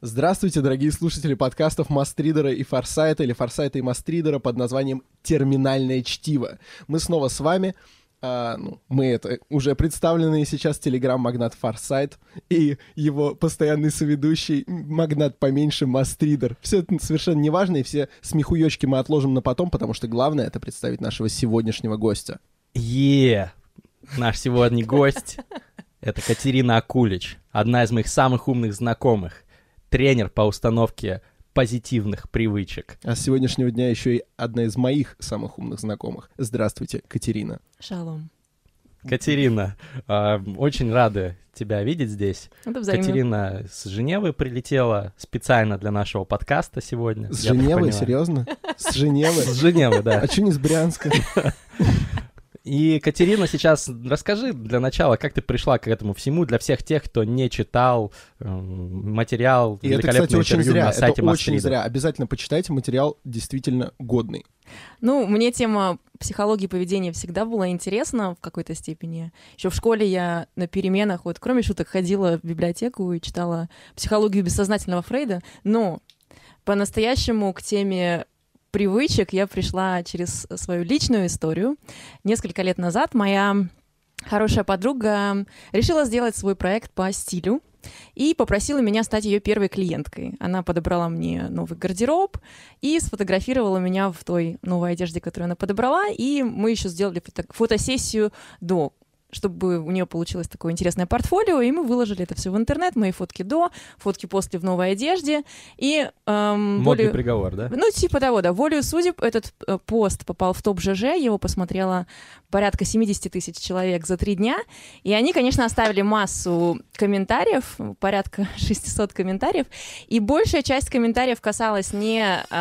Здравствуйте, дорогие слушатели подкастов Мастридера и Форсайта, или Форсайта и Мастридера под названием «Терминальное чтиво». Мы снова с вами. Мы это уже представленный сейчас телеграм-магнат Форсайт и его постоянный соведущий магнат поменьше Мастридер. Все это совершенно неважно, и все смехуёчки мы отложим на потом, потому что главное — это представить нашего сегодняшнего гостя. Наш сегодняшний гость — это Катерина Акулич, одна из моих самых умных знакомых, тренер по установке позитивных привычек. А с сегодняшнего дня еще и одна из моих самых умных знакомых. Здравствуйте, Катерина. Шалом. Катерина, очень рада тебя видеть здесь. Это взаимно. Катерина с Женевы прилетела специально для нашего подкаста сегодня. С Женевы? Серьезно? С Женевы? С Женевы, да. А что не с Брянска? И, Катерина, сейчас расскажи для начала, как ты пришла к этому всему для всех тех, кто не читал материал, и это, кстати, очень зря. На сайте это очень Мастридера. зря. Обязательно почитайте, материал действительно годный. Мне тема психологии поведения всегда была интересна в какой-то степени. Еще в школе я на переменах, кроме шуток, ходила в библиотеку и читала психологию бессознательного Фрейда, но по-настоящему к теме привычек я пришла через свою личную историю. Несколько лет назад моя хорошая подруга решила сделать свой проект по стилю и попросила меня стать ее первой клиенткой. Она подобрала мне новый гардероб и сфотографировала меня в той новой одежде, которую она подобрала, и мы еще сделали фотосессию чтобы у нее получилось такое интересное портфолио, и мы выложили это все в интернет, мои фотки до, фотки после в новой одежде, и... Модный приговор, да? Типа того, да. Волею судеб этот пост попал в топ ЖЖ, его посмотрело порядка 70 тысяч человек за 3 дня, и они, конечно, оставили массу комментариев, порядка 600 комментариев, и большая часть комментариев касалась не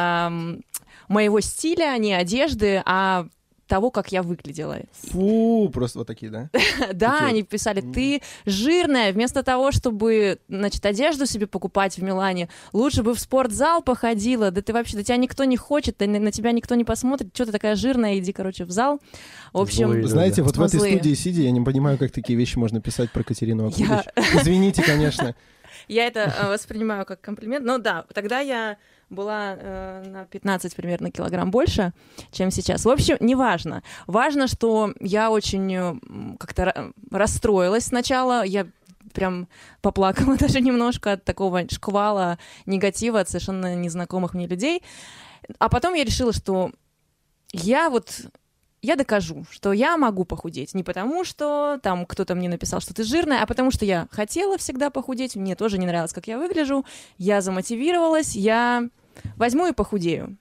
моего стиля, не одежды, а того, как я выглядела. Фу, просто вот такие, да? Да, они писали: ты жирная, вместо того, чтобы, одежду себе покупать в Милане, лучше бы в спортзал походила, да ты вообще, тебя никто не хочет, на тебя никто не посмотрит, что ты такая жирная, иди, в зал. В общем... Знаете, вот в этой студии сидя, я не понимаю, как такие вещи можно писать про Катерину Акулич. Извините, конечно. Я это воспринимаю как комплимент, но да, тогда я была на 15 примерно килограмм больше, чем сейчас. В общем, неважно. Важно, что я очень как-то расстроилась сначала, я прям поплакала даже немножко от такого шквала негатива от совершенно незнакомых мне людей. А потом я решила, что я докажу, что я могу похудеть. Не потому, что там кто-то мне написал, что ты жирная, а потому что я хотела всегда похудеть, мне тоже не нравилось, как я выгляжу, я замотивировалась, я возьму и похудею.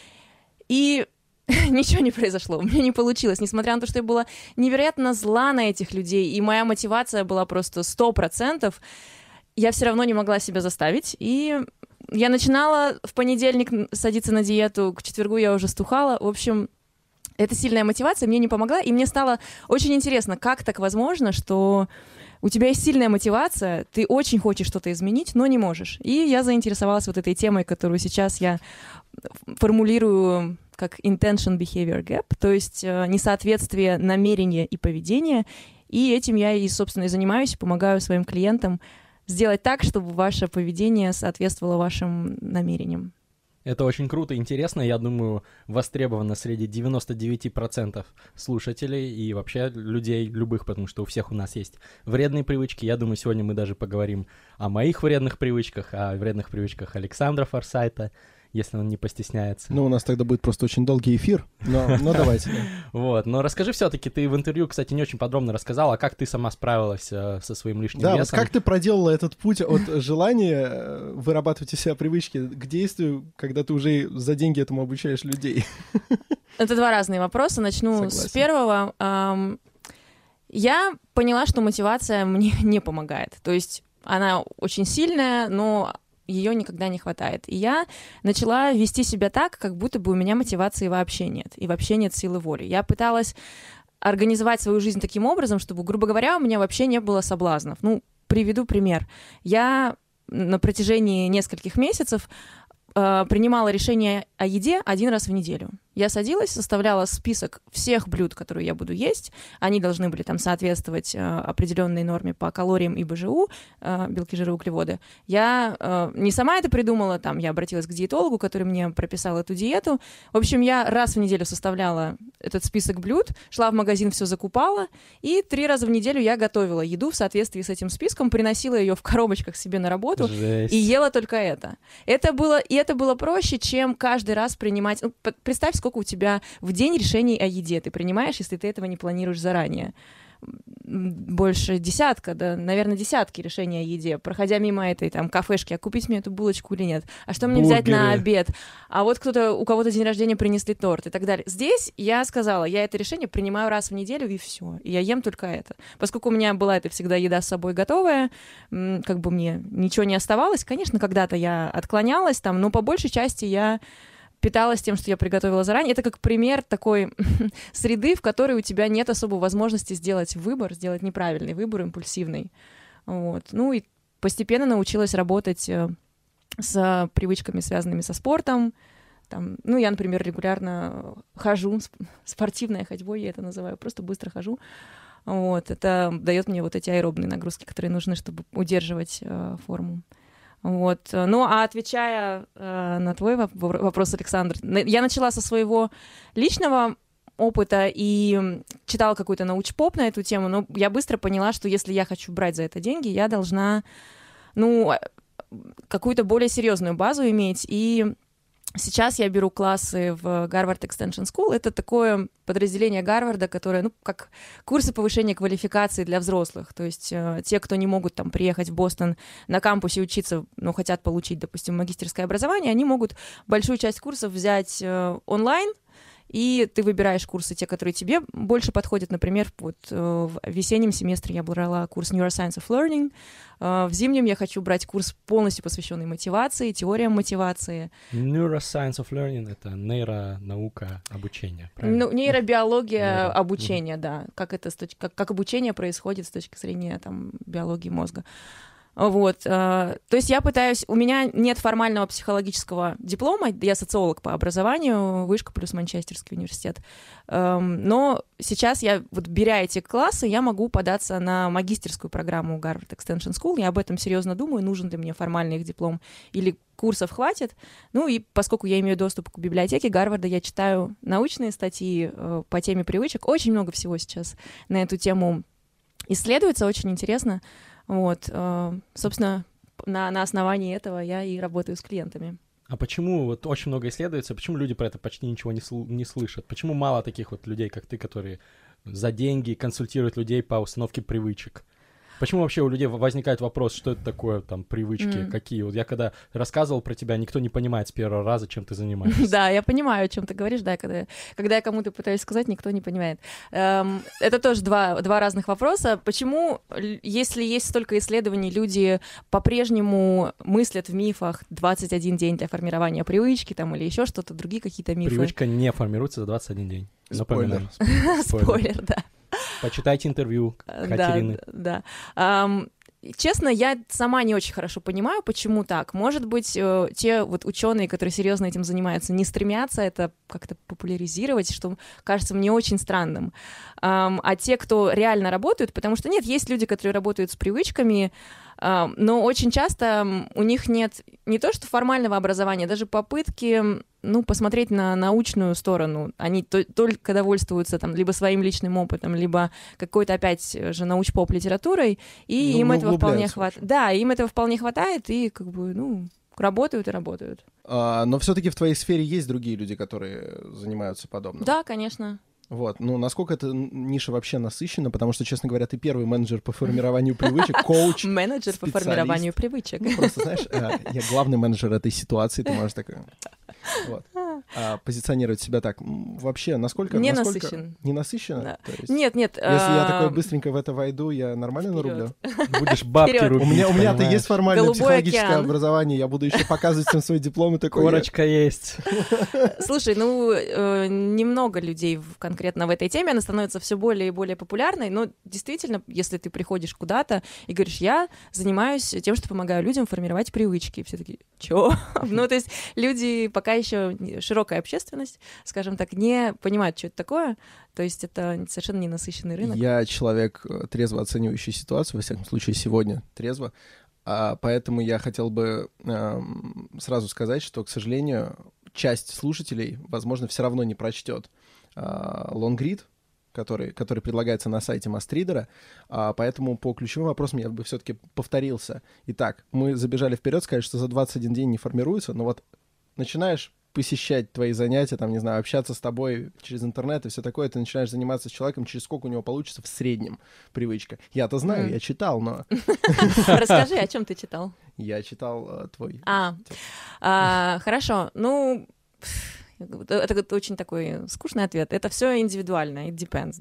И ничего не произошло, у меня не получилось, несмотря на то, что я была невероятно зла на этих людей, и моя мотивация была просто 100%, я все равно не могла себя заставить, и я начинала в понедельник садиться на диету, к четвергу я уже стухала, в общем... Эта сильная мотивация мне не помогла, и мне стало очень интересно, как так возможно, что у тебя есть сильная мотивация, ты очень хочешь что-то изменить, но не можешь. И я заинтересовалась вот этой темой, которую сейчас я формулирую как intention behavior gap, то есть несоответствие намерения и поведения. И этим я и, собственно, и занимаюсь, помогаю своим клиентам сделать так, чтобы ваше поведение соответствовало вашим намерениям. Это очень круто и интересно, я думаю, востребовано среди 99% слушателей и вообще людей любых, потому что у всех у нас есть вредные привычки. Я думаю, сегодня мы даже поговорим о моих вредных привычках, о вредных привычках Александра Форсайта, если он не постесняется. У нас тогда будет просто очень долгий эфир, но давайте. Но расскажи все-таки, ты в интервью, кстати, не очень подробно рассказала, как ты сама справилась со своим лишним весом. Да, как ты проделала этот путь от желания вырабатывать у себя привычки к действию, когда ты уже за деньги этому обучаешь людей? Это 2 разные вопроса. Начну с первого. Я поняла, что мотивация мне не помогает. То есть она очень сильная, но ее никогда не хватает. И я начала вести себя так, как будто бы у меня мотивации вообще нет. И вообще нет силы воли. Я пыталась организовать свою жизнь таким образом, чтобы, грубо говоря, у меня вообще не было соблазнов. Приведу пример. Я на протяжении нескольких месяцев принимала решение о еде 1 раз в неделю. Я садилась, составляла список всех блюд, которые я буду есть. Они должны были там соответствовать определенной норме по калориям и БЖУ, белки, жиры, углеводы. Я не сама это придумала, там я обратилась к диетологу, который мне прописал эту диету. В общем, я раз в неделю составляла этот список блюд, шла в магазин, все закупала, и 3 раза в неделю я готовила еду в соответствии с этим списком, приносила ее в коробочках себе на работу. Жесть. И ела только это. Это было проще, чем каждый раз принимать... Ну, представь, сколько у тебя в день решений о еде ты принимаешь, если ты этого не планируешь заранее. Больше десятка, да, наверное, десятки решений о еде, проходя мимо этой там кафешки, а купить мне эту булочку или нет, а что мне взять на обед, а вот у кого-то день рождения принесли торт и так далее. Здесь я сказала, я это решение принимаю раз в неделю и все, и я ем только это. Поскольку у меня была это всегда еда с собой готовая, как бы мне ничего не оставалось, конечно, когда-то я отклонялась там, но по большей части я питалась тем, что я приготовила заранее. Это как пример такой среды, в которой у тебя нет особой возможности сделать выбор, сделать неправильный выбор, импульсивный. Вот. Ну и постепенно научилась работать с привычками, связанными со спортом. Там, ну, я, например, регулярно хожу, спортивной ходьбой я это называю, просто быстро хожу. Вот. Это дает мне вот эти аэробные нагрузки, которые нужны, чтобы удерживать форму. Вот. Ну, а отвечая на твой вопрос, Александр, я начала со своего личного опыта и читала какой-то научпоп на эту тему, но я быстро поняла, что если я хочу брать за это деньги, я должна, ну, какую-то более серьезную базу иметь. И сейчас я беру классы в Harvard Extension School. Это такое подразделение Гарварда, которое, ну, как курсы повышения квалификации для взрослых. То есть те, кто не могут там приехать в Бостон на кампусе учиться, но хотят получить, допустим, магистерское образование, они могут большую часть курсов взять онлайн, и ты выбираешь курсы, те, которые тебе больше подходят. Например, вот в весеннем семестре я брала курс Neuroscience of Learning, в зимнем я хочу брать курс, полностью посвященный мотивации, теориям мотивации. Neuroscience of Learning — это нейронаука обучения, правильно? Ну, нейробиология обучения, да. Как обучение происходит с точки зрения там, биологии мозга. Вот, то есть я пытаюсь, у меня нет формального психологического диплома, я социолог по образованию, вышка плюс Манчестерский университет, но сейчас я, вот беря эти классы, я могу податься на магистерскую программу Harvard Extension School, я об этом серьезно думаю, нужен ли мне формальный их диплом или курсов хватит, ну и поскольку я имею доступ к библиотеке Гарварда, я читаю научные статьи по теме привычек, очень много всего сейчас на эту тему исследуется, очень интересно. Вот, собственно, на основании этого я и работаю с клиентами. А почему, вот очень много исследуется, почему люди про это почти ничего не слышат? Почему мало таких вот людей, как ты, которые за деньги консультируют людей по установке привычек? Почему вообще у людей возникает вопрос, что это такое, там, привычки, какие? Вот я когда рассказывал про тебя, никто не понимает с первого раза, чем ты занимаешься. Да, я понимаю, о чем ты говоришь, да, когда я кому-то пытаюсь сказать, никто не понимает. Это тоже два разных вопроса. Почему, если есть столько исследований, люди по-прежнему мыслят в мифах 21 день для формирования привычки, там, или еще что-то, другие какие-то мифы? Привычка не формируется за 21 день. Спойлер. Спойлер, да. Почитайте интервью Катерины. Да. Честно, я сама не очень хорошо понимаю, почему так. Может быть, те вот ученые, которые серьезно этим занимаются, не стремятся это как-то популяризировать, что кажется мне очень странным. А те, кто реально работают, потому что нет, есть люди, которые работают с привычками, но очень часто у них нет не то что формального образования, даже попытки, ну, посмотреть на научную сторону. Они только довольствуются там либо своим личным опытом, либо какой-то опять же научпоп литературой, и им этого вполне хватает. Да, им этого вполне хватает, и как бы, ну, работают и работают. Но все-таки в твоей сфере есть другие люди, которые занимаются подобным? Да, конечно. Вот, ну, насколько эта ниша вообще насыщена, потому что, честно говоря, ты первый менеджер по формированию привычек, коуч, менеджер по формированию привычек. Ну, просто, знаешь, я главный менеджер этой ситуации, ты можешь такое... Вот. Позиционировать себя так. Вообще, насколько... Не насыщен. Не насыщенно? Да. То есть, нет. Если я такой быстренько в это войду, я нормально нарублю? Будешь бабки рубить, У меня-то есть формальное Голубой психологическое океан. образование, я буду еще показывать всем свой диплом и такой... Корочка есть. Слушай, ну, немного людей конкретно в этой теме, она становится все более и более популярной, но действительно, если ты приходишь куда-то и говоришь, я занимаюсь тем, что помогаю людям формировать привычки, все такие, чё? Ну, то есть люди пока еще широкая общественность, скажем так, не понимает, что это такое. То есть это совершенно ненасыщенный рынок. Я человек, трезво оценивающий ситуацию, во всяком случае, сегодня трезво. Поэтому я хотел бы сразу сказать, что, к сожалению, часть слушателей, возможно, все равно не прочтет лонгрид, который предлагается на сайте Мастридера, поэтому по ключевым вопросам я бы все-таки повторился. Итак, мы забежали вперед, сказали, что за 21 день не формируется, но вот начинаешь посещать твои занятия, там, не знаю, общаться с тобой через интернет и все такое, ты начинаешь заниматься с человеком, через сколько у него получится в среднем привычка. Я-то знаю, я читал, но... Расскажи, о чем ты читал? Я читал твой... Хорошо, ну... Это очень такой скучный ответ. Это все индивидуально, it depends,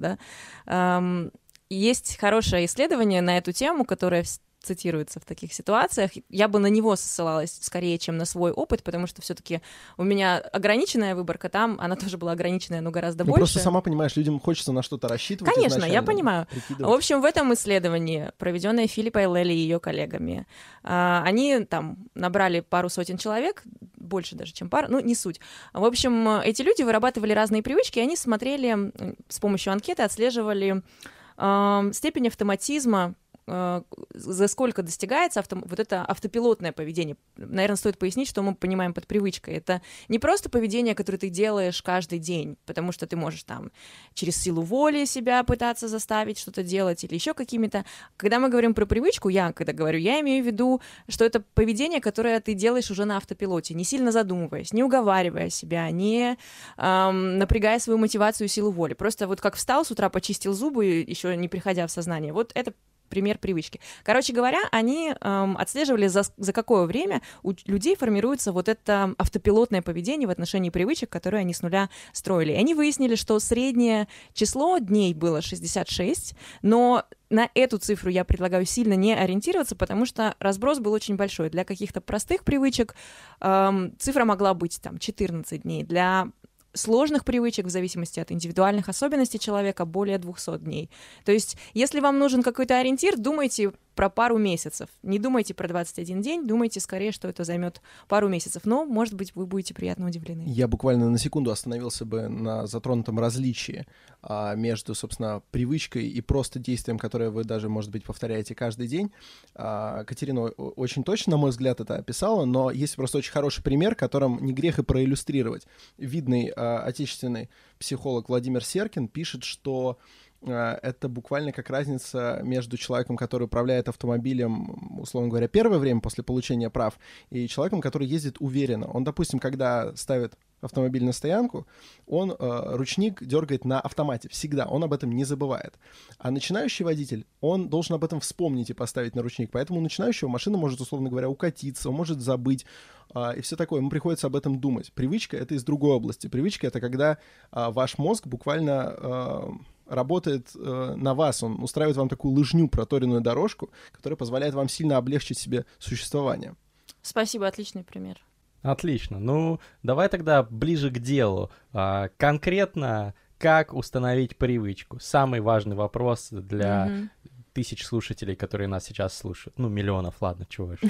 да. Есть хорошее исследование на эту тему, которое цитируется в таких ситуациях. Я бы на него ссылалась скорее, чем на свой опыт, потому что все-таки у меня ограниченная выборка, там она тоже была ограниченная, но гораздо больше. Просто сама понимаешь, людям хочется на что-то рассчитывать. Конечно, я понимаю. В общем, в этом исследовании, проведенное Филиппой Лелли и ее коллегами, они там набрали пару сотен человек, больше даже, чем пара, ну, не суть. В общем, эти люди вырабатывали разные привычки, и они смотрели, с помощью анкеты отслеживали степень автоматизма, за сколько достигается вот это автопилотное поведение. Наверное, стоит пояснить, что мы понимаем под привычкой. Это не просто поведение, которое ты делаешь каждый день, потому что ты можешь там через силу воли себя пытаться заставить что-то делать или еще какими-то. Когда мы говорим про привычку, когда говорю, я имею в виду, что это поведение, которое ты делаешь уже на автопилоте, не сильно задумываясь, не уговаривая себя, не напрягая свою мотивацию и силу воли. Просто вот как встал с утра, почистил зубы, еще не приходя в сознание. Вот это пример привычки. Короче говоря, они отслеживали, за какое время у людей формируется вот это автопилотное поведение в отношении привычек, которые они с нуля строили. И они выяснили, что среднее число дней было 66, но на эту цифру я предлагаю сильно не ориентироваться, потому что разброс был очень большой. Для каких-то простых привычек цифра могла быть там 14 дней, для сложных привычек, в зависимости от индивидуальных особенностей человека, более 200 дней. То есть, если вам нужен какой-то ориентир, думайте про пару месяцев. Не думайте про 21 день, думайте скорее, что это займет пару месяцев. Но, может быть, вы будете приятно удивлены. Я буквально на секунду остановился бы на затронутом различии между, собственно, привычкой и просто действием, которое вы даже, может быть, повторяете каждый день. Катерина очень точно, на мой взгляд, это описала, но есть просто очень хороший пример, которым не грех и проиллюстрировать. Видный отечественный психолог Владимир Серкин пишет, что это буквально как разница между человеком, который управляет автомобилем, условно говоря, первое время после получения прав, и человеком, который ездит уверенно. Он, допустим, когда ставит автомобиль на стоянку, он ручник дергает на автомате всегда, он об этом не забывает. А начинающий водитель, он должен об этом вспомнить и поставить на ручник, поэтому у начинающего машина может, условно говоря, укатиться, он может забыть, и все такое. Ему приходится об этом думать. Привычка — это из другой области. Привычка — это когда ваш мозг буквально работает на вас, он устраивает вам такую лыжню, проторенную дорожку, которая позволяет вам сильно облегчить себе существование. Спасибо, отличный пример. Отлично. Ну, давай тогда ближе к делу. Конкретно, как установить привычку? Самый важный вопрос для тысяч слушателей, которые нас сейчас слушают. Ну, миллионов, ладно, чего уж.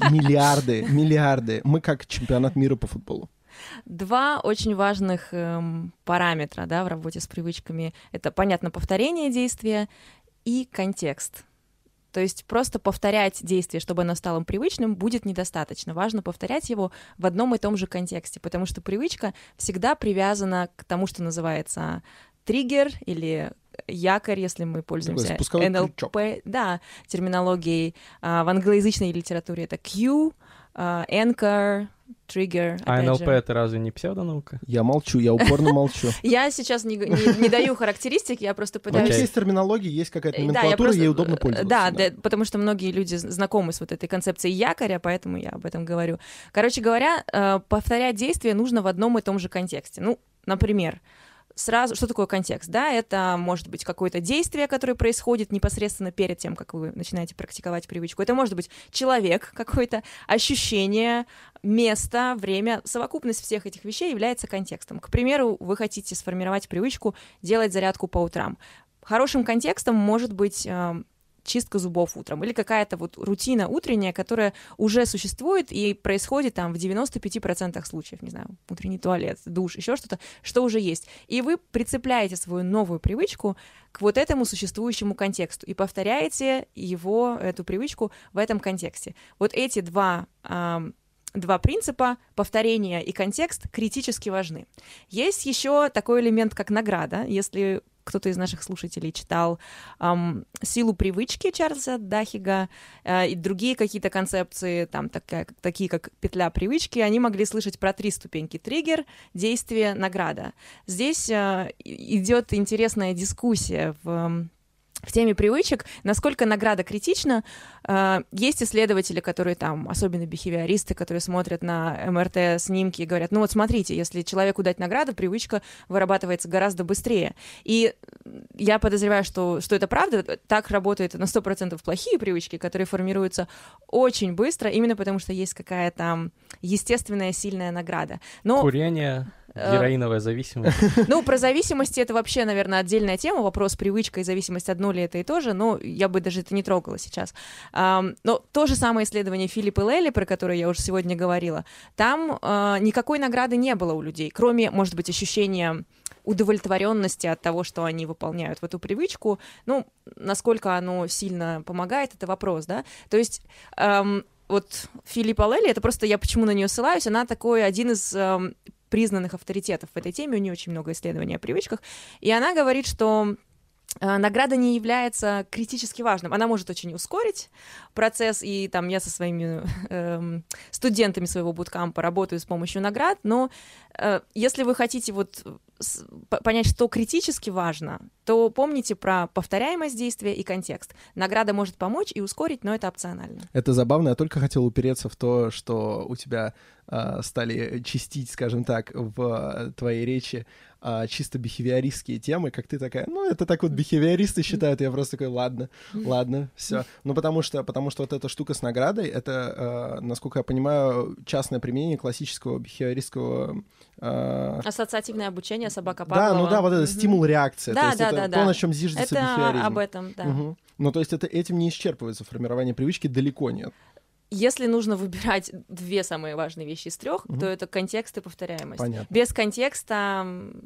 Миллиарды. Мы как чемпионат мира по футболу. Два очень важных параметра, да, в работе с привычками. Это, понятно, повторение действия и контекст. То есть просто повторять действие, чтобы оно стало привычным, будет недостаточно. Важно повторять его в одном и том же контексте, потому что привычка всегда привязана к тому, что называется триггер или якорь, если мы пользуемся НЛП, да, терминологией. В англоязычной литературе это cue, anchor, триггер. А НЛП — это разве не псевдонаука? Я молчу, я упорно молчу. Я сейчас не даю характеристик, я просто пытаюсь... У них есть терминология, есть какая-то номенклатура, ей удобно пользоваться. Да, потому что многие люди знакомы с вот этой концепцией якоря, поэтому я об этом говорю. Короче говоря, повторять действия нужно в одном и том же контексте. Ну, например, сразу, что такое контекст? Да, это может быть какое-то действие, которое происходит непосредственно перед тем, как вы начинаете практиковать привычку. Это может быть человек, какое-то ощущение, место, время. Совокупность всех этих вещей является контекстом. К примеру, вы хотите сформировать привычку делать зарядку по утрам. Хорошим контекстом может быть чистка зубов утром, или какая-то вот рутина утренняя, которая уже существует и происходит там в 95% случаев, не знаю, утренний туалет, душ, еще что-то, что уже есть. И вы прицепляете свою новую привычку к вот этому существующему контексту и повторяете эту привычку в этом контексте. Вот эти два принципа, повторение и контекст, критически важны. Есть еще такой элемент, как награда. Если кто-то из наших слушателей читал «Силу привычки» Чарльза Дахига и другие какие-то концепции, там такие как «Петля привычки», они могли слышать про 3 ступеньки: триггер, действие, награда. Здесь идет интересная дискуссия в теме привычек, насколько награда критична. Есть исследователи, которые там, особенно бихевиористы, которые смотрят на МРТ-снимки и говорят, ну вот смотрите, если человеку дать награду, привычка вырабатывается гораздо быстрее. И я подозреваю, что это правда. Так работают на 100% плохие привычки, которые формируются очень быстро, именно потому что есть какая-то естественная сильная награда. Курение... Героиновая зависимость. Ну, про зависимости это вообще, наверное, отдельная тема. Вопрос, привычка и зависимость, одно ли это и то же, но я бы даже это не трогала сейчас. Но то же самое исследование Филиппа Лелли, про которое я уже сегодня говорила, там никакой награды не было у людей, кроме, может быть, ощущения удовлетворенности от того, что они выполняют в эту привычку. Ну, насколько оно сильно помогает, это вопрос, да? То есть... Вот Филиппа Лелли, это просто я почему на нее ссылаюсь, она такой один из признанных авторитетов в этой теме, у нее очень много исследований о привычках, и она говорит, что награда не является критически важным. Она может очень ускорить процесс, и там я со своими студентами своего буткампа работаю с помощью наград, но если вы хотите вот понять, что критически важно, то помните про повторяемость действия и контекст. Награда может помочь и ускорить, но это опционально. Это забавно. Я только хотел упереться в то, что у тебя стали чистить, скажем так, в твоей речи чисто бихевиористские темы, как ты такая, ну, это так вот бихевиористы считают, я просто такой, ладно, все. Ну, потому что вот эта штука с наградой, это, насколько я понимаю, частное применение классического бихевиористского... Ассоциативное обучение, собака Павлова. Да, вот это стимул-реакция. Да, то есть да, это да, то, на чем зиждется бихевиоризм. Это об этом, да. Угу. Ну, то есть этим не исчерпывается формирование привычки, далеко нет. Если нужно выбирать 2 самые важные вещи из 3, то это контекст и повторяемость. Понятно. Без контекста...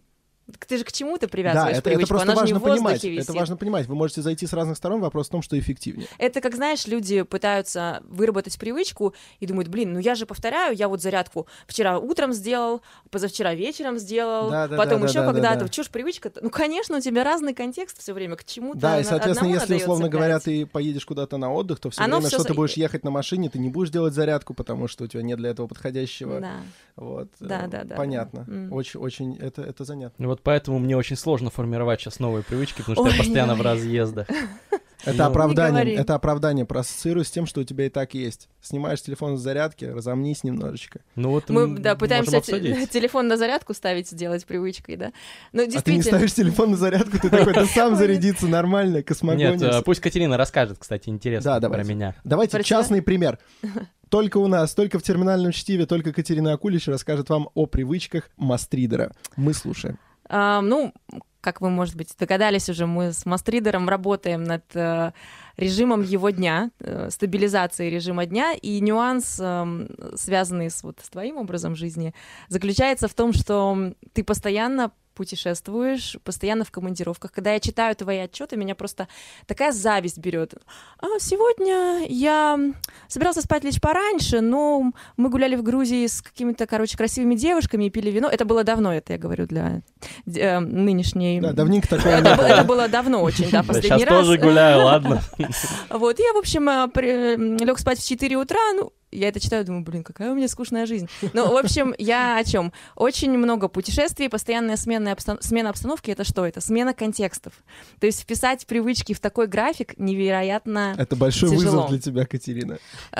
Ты же к чему-то привязываешь привычку, это просто она важно же не в воздухе понимать. висит. Это важно понимать. Вы можете зайти с разных сторон, вопрос в том, что эффективнее. Это как, знаешь, люди пытаются выработать привычку и думают, блин, ну я же повторяю, я вот зарядку вчера утром сделал, позавчера вечером сделал, потом еще когда-то. Чё ж привычка-то? Ну, конечно, у тебя разный контекст все время, к чему-то. Да, и, соответственно, если, условно говоря, цеплять. ты поедешь куда-то на отдых, то все время, что ты будешь ехать на машине, ты не будешь делать зарядку, потому что у тебя нет для этого подходящего. Да. Вот. Да. Понятно. Очень, это занятно. Вот поэтому мне очень сложно формировать сейчас новые привычки, потому что я постоянно в разъездах. Это оправдание проассоциируй с тем, что у тебя и так есть. Снимаешь телефон с зарядки, разомнись немножечко. Ну вот мы пытаемся телефон на зарядку ставить, сделать привычкой, да. Но действительно... А ты не ставишь телефон на зарядку, ты такой, да сам зарядиться нормально, космогонишься. Нет, пусть Катерина расскажет, кстати, интересно про меня. Давайте частный пример. Только у нас, только в терминальном чтиве, только Катерина Акулич расскажет вам о привычках мастридера. Мы слушаем. Ну, как вы, может быть, догадались уже, мы с мастридером работаем над режимом его дня, стабилизацией режима дня, и нюанс, связанный с твоим образом жизни, заключается в том, что ты постоянно путешествуешь, постоянно в командировках. Когда я читаю твои отчеты, меня просто такая зависть берет. Сегодня я собирался спать лечь пораньше, но мы гуляли в Грузии с какими-то, красивыми девушками и пили вино. Это было давно, это я говорю для нынешней... Да, давненько такое. Это было давно очень, да, последний раз. Сейчас тоже гуляю, ладно. Вот, я, в общем, лег спать в 4 утра, я это читаю, думаю, блин, какая у меня скучная жизнь. Ну, в общем, я о чем? Очень много путешествий, постоянная смена обстановки — это что? Это смена контекстов. То есть вписать привычки в такой график невероятно Это большой тяжело. Вызов для тебя, Катерина.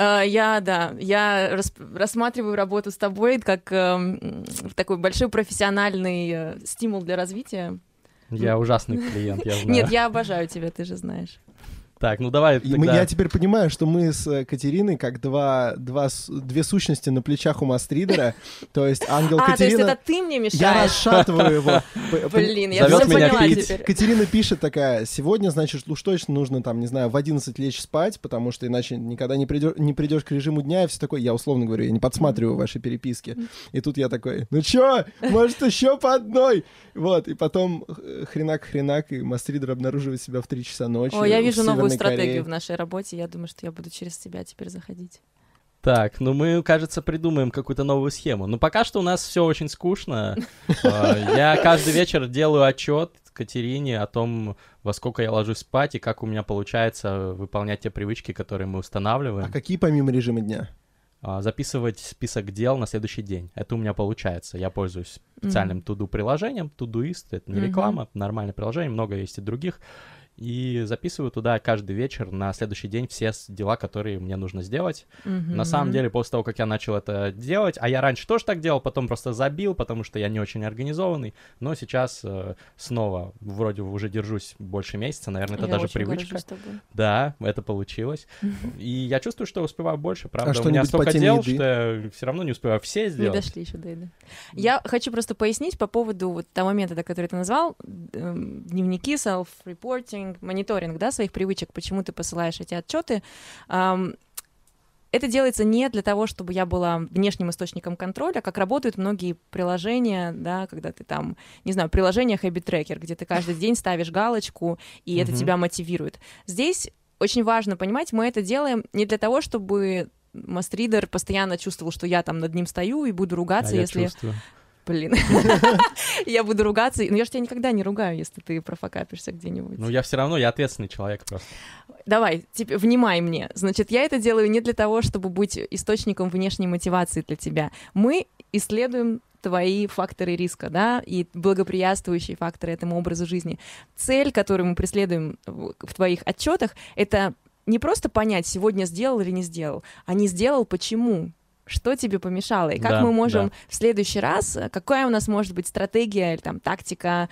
Я рассматриваю работу с тобой как такой большой профессиональный стимул для развития. Я ужасный клиент, я знаю. Нет, я обожаю тебя, ты же знаешь. Так, ну давай тогда... Я теперь понимаю, что мы с Катериной как две сущности на плечах у Мастридера, то есть ангел Катерина... то есть это ты мне мешаешь? Я расшатываю его. Блин, я Зовёт все меня поняла пить. теперь. Катерина пишет такая: сегодня, значит, уж точно нужно, там, не знаю, в 11 лечь спать, потому что иначе никогда не придешь к режиму дня, и все такое. Я условно говорю, я не подсматриваю ваши переписки. И тут я такой: ну чё, может, еще по одной? Вот, и потом хренак, и Мастридер обнаруживает себя в 3 часа ночи. О, я вижу в новую Северной стратегию Корее. в нашей работе. Я думаю, что я буду через тебя теперь заходить. Так, ну мы, кажется, придумаем какую-то новую схему. Но пока что у нас все очень скучно. Я каждый вечер делаю отчет Катерине о том, во сколько я ложусь спать и как у меня получается выполнять те привычки, которые мы устанавливаем. А какие помимо режима дня? Записывать список дел на следующий день. Это у меня получается. Я пользуюсь специальным to-do-приложением. Todoist — это не реклама, нормальное приложение, много есть и других. И записываю туда каждый вечер на следующий день все дела, которые мне нужно сделать. На самом деле, после того, как я начал это делать, а я раньше тоже так делал, потом просто забил, потому что я не очень организованный, но сейчас снова вроде уже держусь больше месяца, наверное, это Я даже очень привычка. горжусь тобой. Да, это получилось. И я чувствую, что успеваю больше, правда. У что-нибудь меня по столько теме дел, еды? что я все равно не успеваю все Не сделать. дошли еще до еды. Я хочу просто пояснить по поводу вот того метода, который ты назвал, дневники, self-reporting, мониторинг, да, своих привычек, почему ты посылаешь эти отчеты. Это делается не для того, чтобы я была внешним источником контроля, как работают многие приложения, да, когда ты там, не знаю, приложение Habit Tracker, где ты каждый день ставишь галочку, и это тебя мотивирует. Здесь очень важно понимать, мы это делаем не для того, чтобы Мастридер постоянно чувствовал, что я там над ним стою и буду ругаться, Я если... чувствую. Блин. Я буду ругаться. Но я же тебя никогда не ругаю, если ты профокапишься где-нибудь. Ну, я все равно, я ответственный человек просто. Давай, внимай мне. Значит, я это делаю не для того, чтобы быть источником внешней мотивации для тебя. Мы исследуем твои факторы риска, да, и благоприятствующие факторы этому образу жизни. Цель, которую мы преследуем в твоих отчетах, это не просто понять, сегодня сделал или не сделал, а не сделал, почему. Что тебе помешало? И как мы можем в следующий раз, какая у нас может быть стратегия или там тактика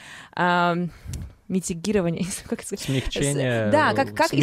митигирования, как сказать? Смягчение, да, как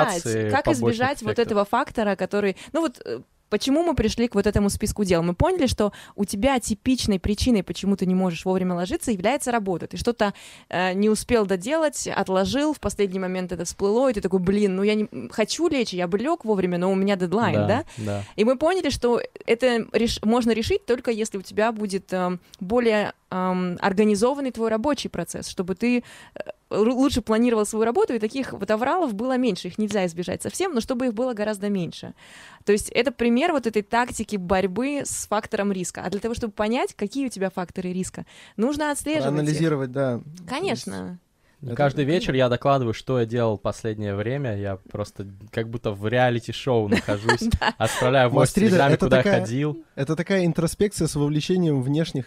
избежать вот этого фактора, который... Ну вот почему мы пришли к вот этому списку дел? Мы поняли, что у тебя типичной причиной, почему ты не можешь вовремя ложиться, является работа. Ты что-то не успел доделать, отложил, в последний момент это всплыло, и ты такой: блин, ну я не хочу лечь, я бы лег вовремя, но у меня дедлайн, да? Да. И мы поняли, что это можно решить только если у тебя будет более организованный твой рабочий процесс, чтобы ты лучше планировал свою работу, и таких вот авралов было меньше. Их нельзя избежать совсем, но чтобы их было гораздо меньше. То есть это пример вот этой тактики борьбы с фактором риска. А для того, чтобы понять, какие у тебя факторы риска, нужно отслеживать Анализировать, да. Конечно. Каждый вечер я докладываю, что я делал в последнее время. Я просто как будто в реалити-шоу нахожусь. Отправляю в Телеграме, куда я ходил. Это такая интроспекция с вовлечением внешних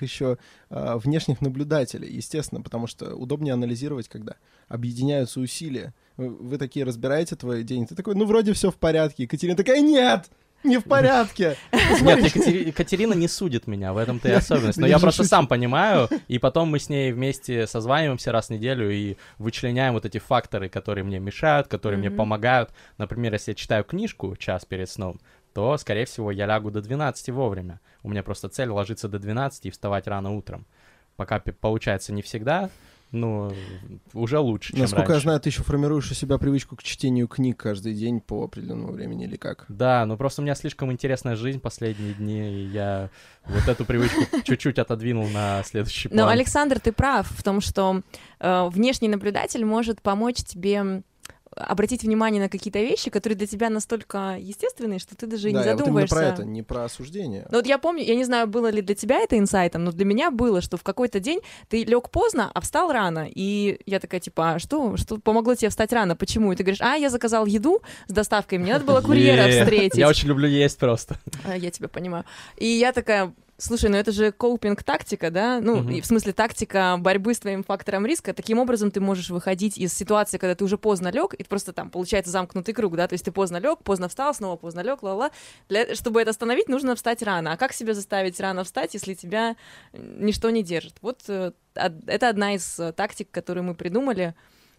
наблюдателей, естественно, потому что удобнее анализировать, когда объединяются усилия. Вы такие разбираете твой день, ты такой: ну, вроде все в порядке. Екатерина такая: нет! Не в порядке. Нет, Екатерина не судит меня, в этом-то и особенность. Но я просто сам понимаю, и потом мы с ней вместе созваниваемся раз в неделю и вычленяем вот эти факторы, которые мне мешают, которые мне помогают. Например, если я читаю книжку час перед сном, то, скорее всего, я лягу до 12 вовремя. У меня просто цель ложиться до 12 и вставать рано утром. Пока получается не всегда, ну, уже лучше, чем раньше. Насколько я знаю, ты еще формируешь у себя привычку к чтению книг каждый день по определенному времени, или как? Да, ну просто у меня слишком интересная жизнь последние дни, и я вот эту привычку чуть-чуть отодвинул на следующий план. Но, Александр, ты прав в том, что внешний наблюдатель может помочь тебе обратить внимание на какие-то вещи, которые для тебя настолько естественные, что ты даже не задумываешься. Да, вот именно про это, не про осуждение. Ну вот я помню, я не знаю, было ли для тебя это инсайтом, но для меня было, что в какой-то день ты лег поздно, а встал рано. И я такая, типа: а что помогло тебе встать рано? Почему? И ты говоришь: я заказал еду с доставкой, мне надо было курьера встретить. Я очень люблю есть просто. Я тебя понимаю. И я такая: слушай, ну это же коупинг-тактика, да? Ну, и в смысле тактика борьбы с твоим фактором риска. Таким образом ты можешь выходить из ситуации, когда ты уже поздно лег, и просто там получается замкнутый круг, да? То есть ты поздно лег, поздно встал, снова поздно лег, Чтобы это остановить, нужно встать рано. А как себя заставить рано встать, если тебя ничто не держит? Вот это одна из тактик, которую мы придумали.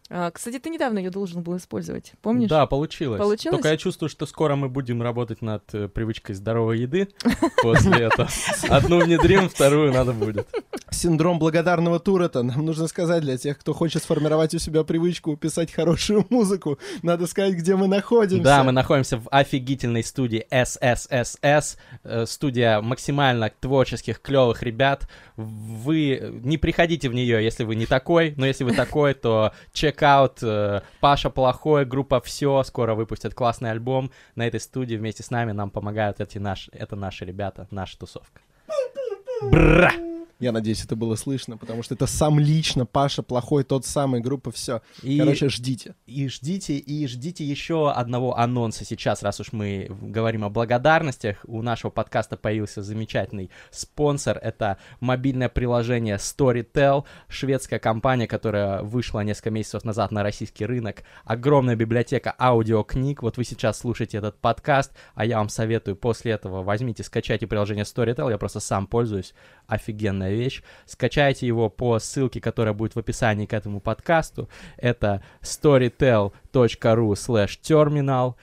Кстати, ты недавно ее должен был использовать, помнишь? Да, получилось. Получилось? Только я чувствую, что скоро мы будем работать над привычкой здоровой еды после этого. Одну внедрим, вторую надо будет. Синдром благодарного Туретта. Нам нужно сказать для тех, кто хочет сформировать у себя привычку писать хорошую музыку. Надо сказать, где мы находимся. Да, мы находимся в офигительной студии SSSS. Студия максимально творческих, клевых ребят. Вы не приходите в нее, если вы не такой, но если вы такой, то check out Паша Плохой, группа «Все», скоро выпустят классный альбом. На этой студии вместе с нами нам помогают это наши ребята, наша тусовка. Бра! Я надеюсь, это было слышно, потому что это сам лично Паша Плохой, тот самый, группа «Все». Короче, ждите. И ждите еще одного анонса сейчас, раз уж мы говорим о благодарностях. У нашего подкаста появился замечательный спонсор. Это мобильное приложение Storytel, шведская компания, которая вышла несколько месяцев назад на российский рынок. Огромная библиотека аудиокниг. Вот вы сейчас слушаете этот подкаст, а я вам советую после этого возьмите, скачайте приложение Storytel. Я просто сам пользуюсь. Офигенная вещь. Скачайте его по ссылке, которая будет в описании к этому подкасту. Это storytel.ru/terminal,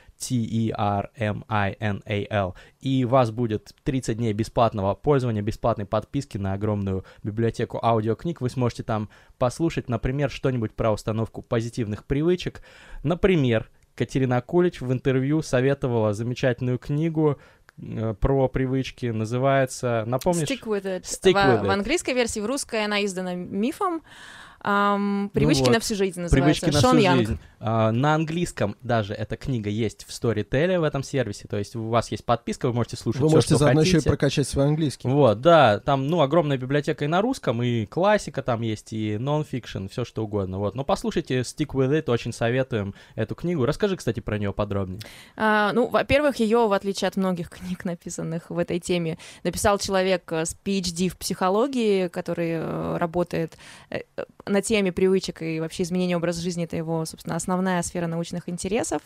TERMINAL. И у вас будет 30 дней бесплатного пользования, бесплатной подписки на огромную библиотеку аудиокниг. Вы сможете там послушать, например, что-нибудь про установку позитивных привычек. Например, Катерина Кулич в интервью советовала замечательную книгу про привычки, называется, напомнишь? Stick with it. Stick with it. В английской версии, в русской она издана Мифом. «Привычки на всю жизнь» называется. «Привычки на Шон всю Янг. жизнь». На английском даже эта книга есть в Storytel в этом сервисе, то есть у вас есть подписка, вы можете слушать Вы всё, можете что заодно хотите. еще и прокачать свой английский. Вот, да, там, огромная библиотека и на русском, и классика там есть, и нон-фикшн, все что угодно, вот. Но послушайте Stick With It, очень советуем эту книгу. Расскажи, кстати, про нее подробнее. Во-первых, ее, в отличие от многих книг, написанных в этой теме, написал человек с PhD в психологии, который работает на теме привычек и вообще изменения образа жизни. Это его, собственно, основная сфера научных интересов.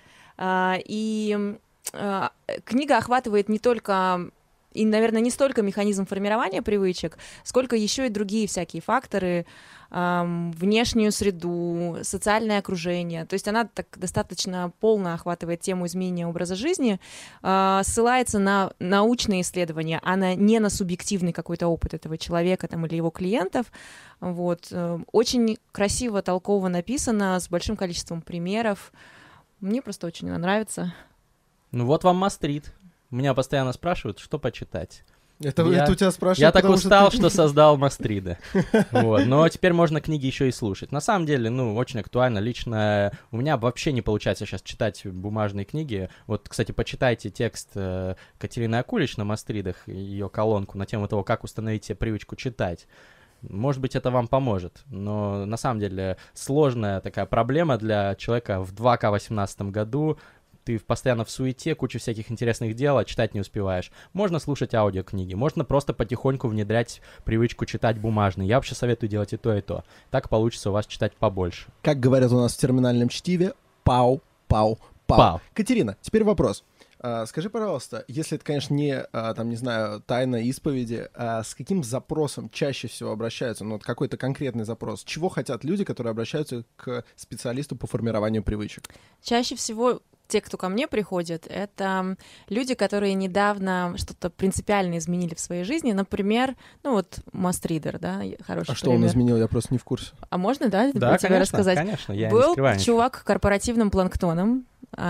И книга охватывает не только и, наверное, не столько механизм формирования привычек, сколько еще и другие всякие факторы, внешнюю среду, социальное окружение. То есть она так достаточно полно охватывает тему изменения образа жизни, ссылается на научные исследования, а не на субъективный какой-то опыт этого человека там, или его клиентов. Вот. Очень красиво, толково написано, с большим количеством примеров. Мне просто очень нравится. Вот вам Мастрид. Меня постоянно спрашивают, что почитать. Это у тебя спрашивают. Я так устал, что создал Мастрида. Вот. Но теперь можно книги еще и слушать. На самом деле, очень актуально. Лично у меня вообще не получается сейчас читать бумажные книги. Вот, кстати, почитайте текст Катерины Акулич на Мастридах, ее колонку на тему того, как установить себе привычку читать. Может быть, это вам поможет, но на самом деле сложная такая проблема для человека в 2К18 году. Ты постоянно в суете, куча всяких интересных дел, а читать не успеваешь. Можно слушать аудиокниги, можно просто потихоньку внедрять привычку читать бумажные. Я вообще советую делать и то, и то. Так получится у вас читать побольше. Как говорят у нас в терминальном чтиве, пау, пау, пау. Пау. Катерина, теперь вопрос. Скажи, пожалуйста, если это, конечно, не тайна исповеди, с каким запросом чаще всего обращаются, какой-то конкретный запрос, чего хотят люди, которые обращаются к специалисту по формированию привычек? Чаще всего те, кто ко мне приходят, это люди, которые недавно что-то принципиально изменили в своей жизни. Например, Мастридер, да, хороший пример. А что он изменил? Я просто не в курсе. А можно, да, да, тебе рассказать? Конечно, я Был не скрываю чувак корпоративным планктоном,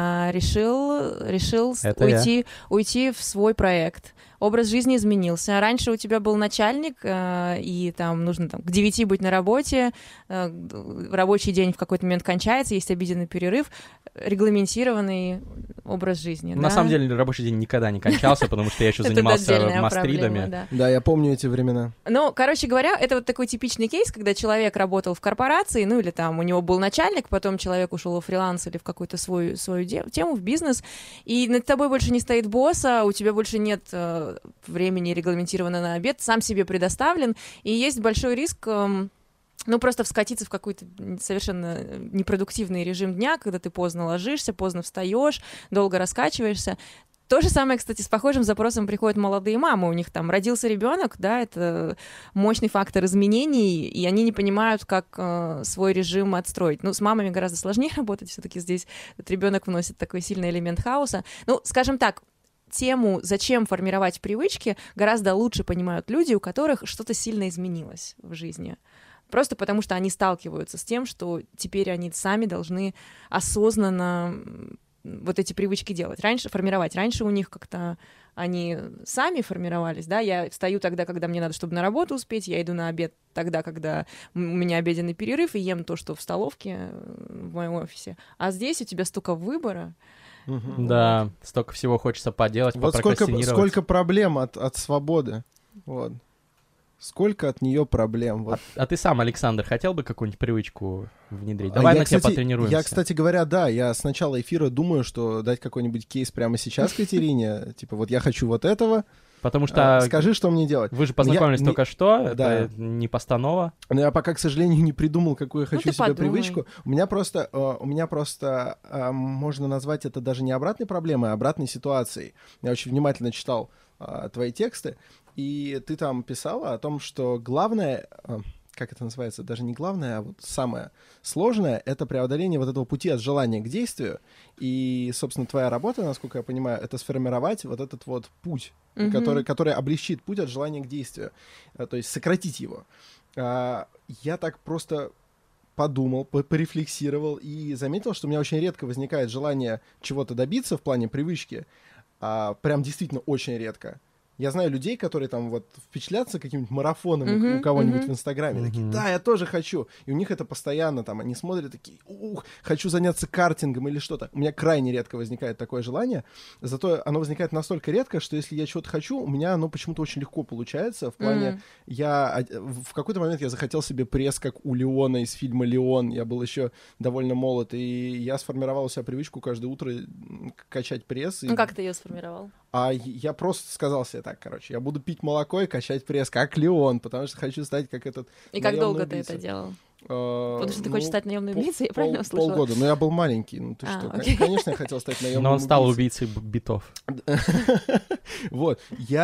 решил уйти в свой проект. Образ жизни изменился. Раньше у тебя был начальник, и там нужно к 9 быть на работе, рабочий день в какой-то момент кончается, есть обеденный перерыв, регламентированный образ жизни. На самом деле рабочий день никогда не кончался, потому что я еще занимался мастридами. Да, я помню эти времена. Короче говоря, это вот такой типичный кейс, когда человек работал в корпорации, или там у него был начальник, потом человек ушел во фриланс или в какую-то свою тему, в бизнес, и над тобой больше не стоит босс, а у тебя больше нет времени регламентированно на обед, сам себе предоставлен, и есть большой риск просто вскатиться в какой-то совершенно непродуктивный режим дня, когда ты поздно ложишься, поздно встаешь, долго раскачиваешься. То же самое, кстати, с похожим запросом приходят молодые мамы. У них там родился ребенок, да, это мощный фактор изменений, и они не понимают, как свой режим отстроить. Ну, с мамами гораздо сложнее работать, все-таки здесь этот ребенок вносит такой сильный элемент хаоса. Ну, скажем так, тему «Зачем формировать привычки» гораздо лучше понимают люди, у которых что-то сильно изменилось в жизни. Просто потому, что они сталкиваются с тем, что теперь они сами должны осознанно вот эти привычки делать, формировать. Раньше у них как-то они сами формировались, да, я встаю тогда, когда мне надо, чтобы на работу успеть, я иду на обед тогда, когда у меня обеденный перерыв, и ем то, что в столовке в моем офисе. А здесь у тебя столько выбора. Да, столько всего хочется поделать, вот попрокрастинировать. сколько проблем от свободы, вот. Сколько от нее проблем. Вот. А ты сам, Александр, хотел бы какую-нибудь привычку внедрить? Давай на тебя потренируемся. Я, кстати говоря, да, я с начала эфира думаю, что дать какой-нибудь кейс прямо сейчас Катерине, типа вот я хочу вот этого, потому что скажи, что мне делать. Вы же познакомились только что, да. Это не постанова. Но я пока, к сожалению, не придумал, какую я хочу себе привычку. У меня просто можно назвать это даже не обратной проблемой, а обратной ситуацией. Я очень внимательно читал твои тексты, и ты там писала о том, что главное, как это называется, даже не главное, а вот самое сложное, это преодоление вот этого пути от желания к действию. И, собственно, твоя работа, насколько я понимаю, это сформировать вот этот вот путь, который облегчит путь от желания к действию, то есть сократить его. Я так просто подумал, порефлексировал и заметил, что у меня очень редко возникает желание чего-то добиться в плане привычки, прям действительно очень редко. Я знаю людей, которые там вот впечатлятся каким-нибудь марафоном у кого-нибудь в Инстаграме, такие, да, я тоже хочу. И у них это постоянно там, они смотрят такие, хочу заняться картингом или что-то. У меня крайне редко возникает такое желание, зато оно возникает настолько редко, что если я чего-то хочу, у меня оно почему-то очень легко получается. В плане, в какой-то момент я захотел себе пресс, как у Леона из фильма «Леон». Я был еще довольно молод, и я сформировал у себя привычку каждое утро качать пресс. Ну, как ты ее сформировал? А я просто сказал себе так, короче, я буду пить молоко и качать пресс, как Леон, потому что хочу стать как этот. И как долго ты это делал? Потому что ты хочешь стать наемной убийцей, я правильно услышала? Полгода, но я был маленький, ну ты что, конечно, я хотел стать наемным убийцей. Но он стал убийцей битов. Вот,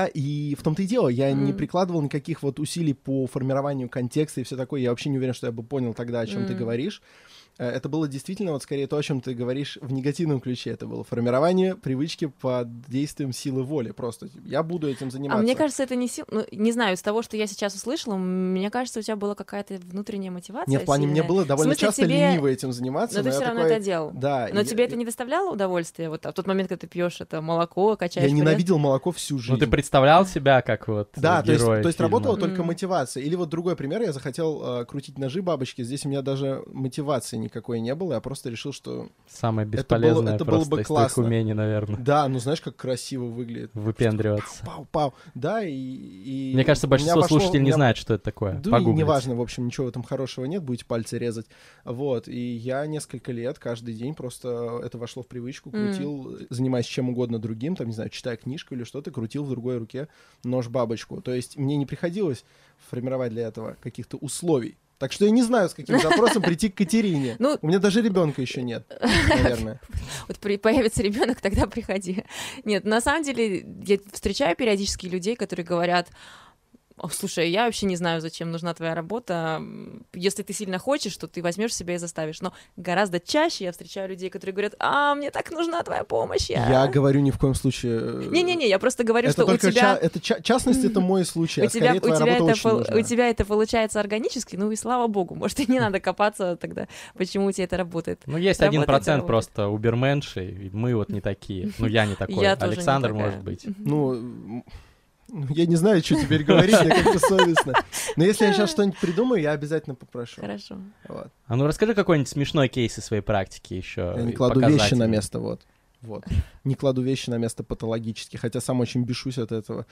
и в том-то и дело, я не прикладывал никаких вот усилий по формированию контекста и все такое, я вообще не уверен, что я бы понял тогда, о чем ты говоришь. Это было действительно вот скорее то, о чем ты говоришь в негативном ключе. Это было формирование привычки под действием силы воли. Просто я буду этим заниматься. А мне кажется, это не сила. Ну, не знаю, из того, что я сейчас услышала, мне кажется, у тебя была какая-то внутренняя мотивация. Нет, в плане сильная. мне было довольно часто лениво этим заниматься. Но ты все равно это делал. Да. Но тебе это не доставляло удовольствия? Вот в тот момент, когда ты пьешь это молоко, качаешь. Я ненавидел молоко всю жизнь. Ну ты представлял себя как вот герой. То есть работала только мотивация. Или вот другой пример, я захотел крутить ножи бабочки. Здесь у меня даже мотивации никакой не было. Я просто решил, что самое бесполезное это было бы из классно. твоих умений, наверное. Да, ну знаешь, как красиво выглядит. Выпендриваться. Пау-пау. Да, и мне кажется, большинство слушателей не знает, что это такое. Да, и неважно, в общем, ничего в этом хорошего нет, будете пальцы резать. Вот, и я несколько лет, каждый день просто это вошло в привычку, крутил, занимаясь чем угодно другим, там, не знаю, читая книжку или что-то, крутил в другой руке нож-бабочку. То есть мне не приходилось формировать для этого каких-то условий. Так что я не знаю, с каким запросом прийти к Катерине. Ну, у меня даже ребенка еще нет, наверное. Вот появится ребенок, тогда приходи. Нет, на самом деле я встречаю периодически людей, которые говорят: слушай, я вообще не знаю, зачем нужна твоя работа. Если ты сильно хочешь, то ты возьмешь себя и заставишь. Но гораздо чаще я встречаю людей, которые говорят: мне так нужна твоя помощь. Я говорю ни в коем случае... Не-не-не, я просто говорю, это что у тебя... частность — это мой случай, а скорее твоя работа очень нужна. У тебя это получается органически, ну и слава богу. Может, и не надо копаться тогда, почему у тебя это работает. Ну, есть 1% просто уберменши, мы вот не такие. Ну, я не такой. Александр, может быть. Ну... Я не знаю, что теперь говорить, мне как-то совестно. Но если я сейчас что-нибудь придумаю, я обязательно попрошу. Хорошо. Вот. А ну расскажи какой-нибудь смешной кейс из своей практики еще. Я не кладу вещи на место, вот. Не кладу вещи на место патологически, хотя сам очень бешусь от этого,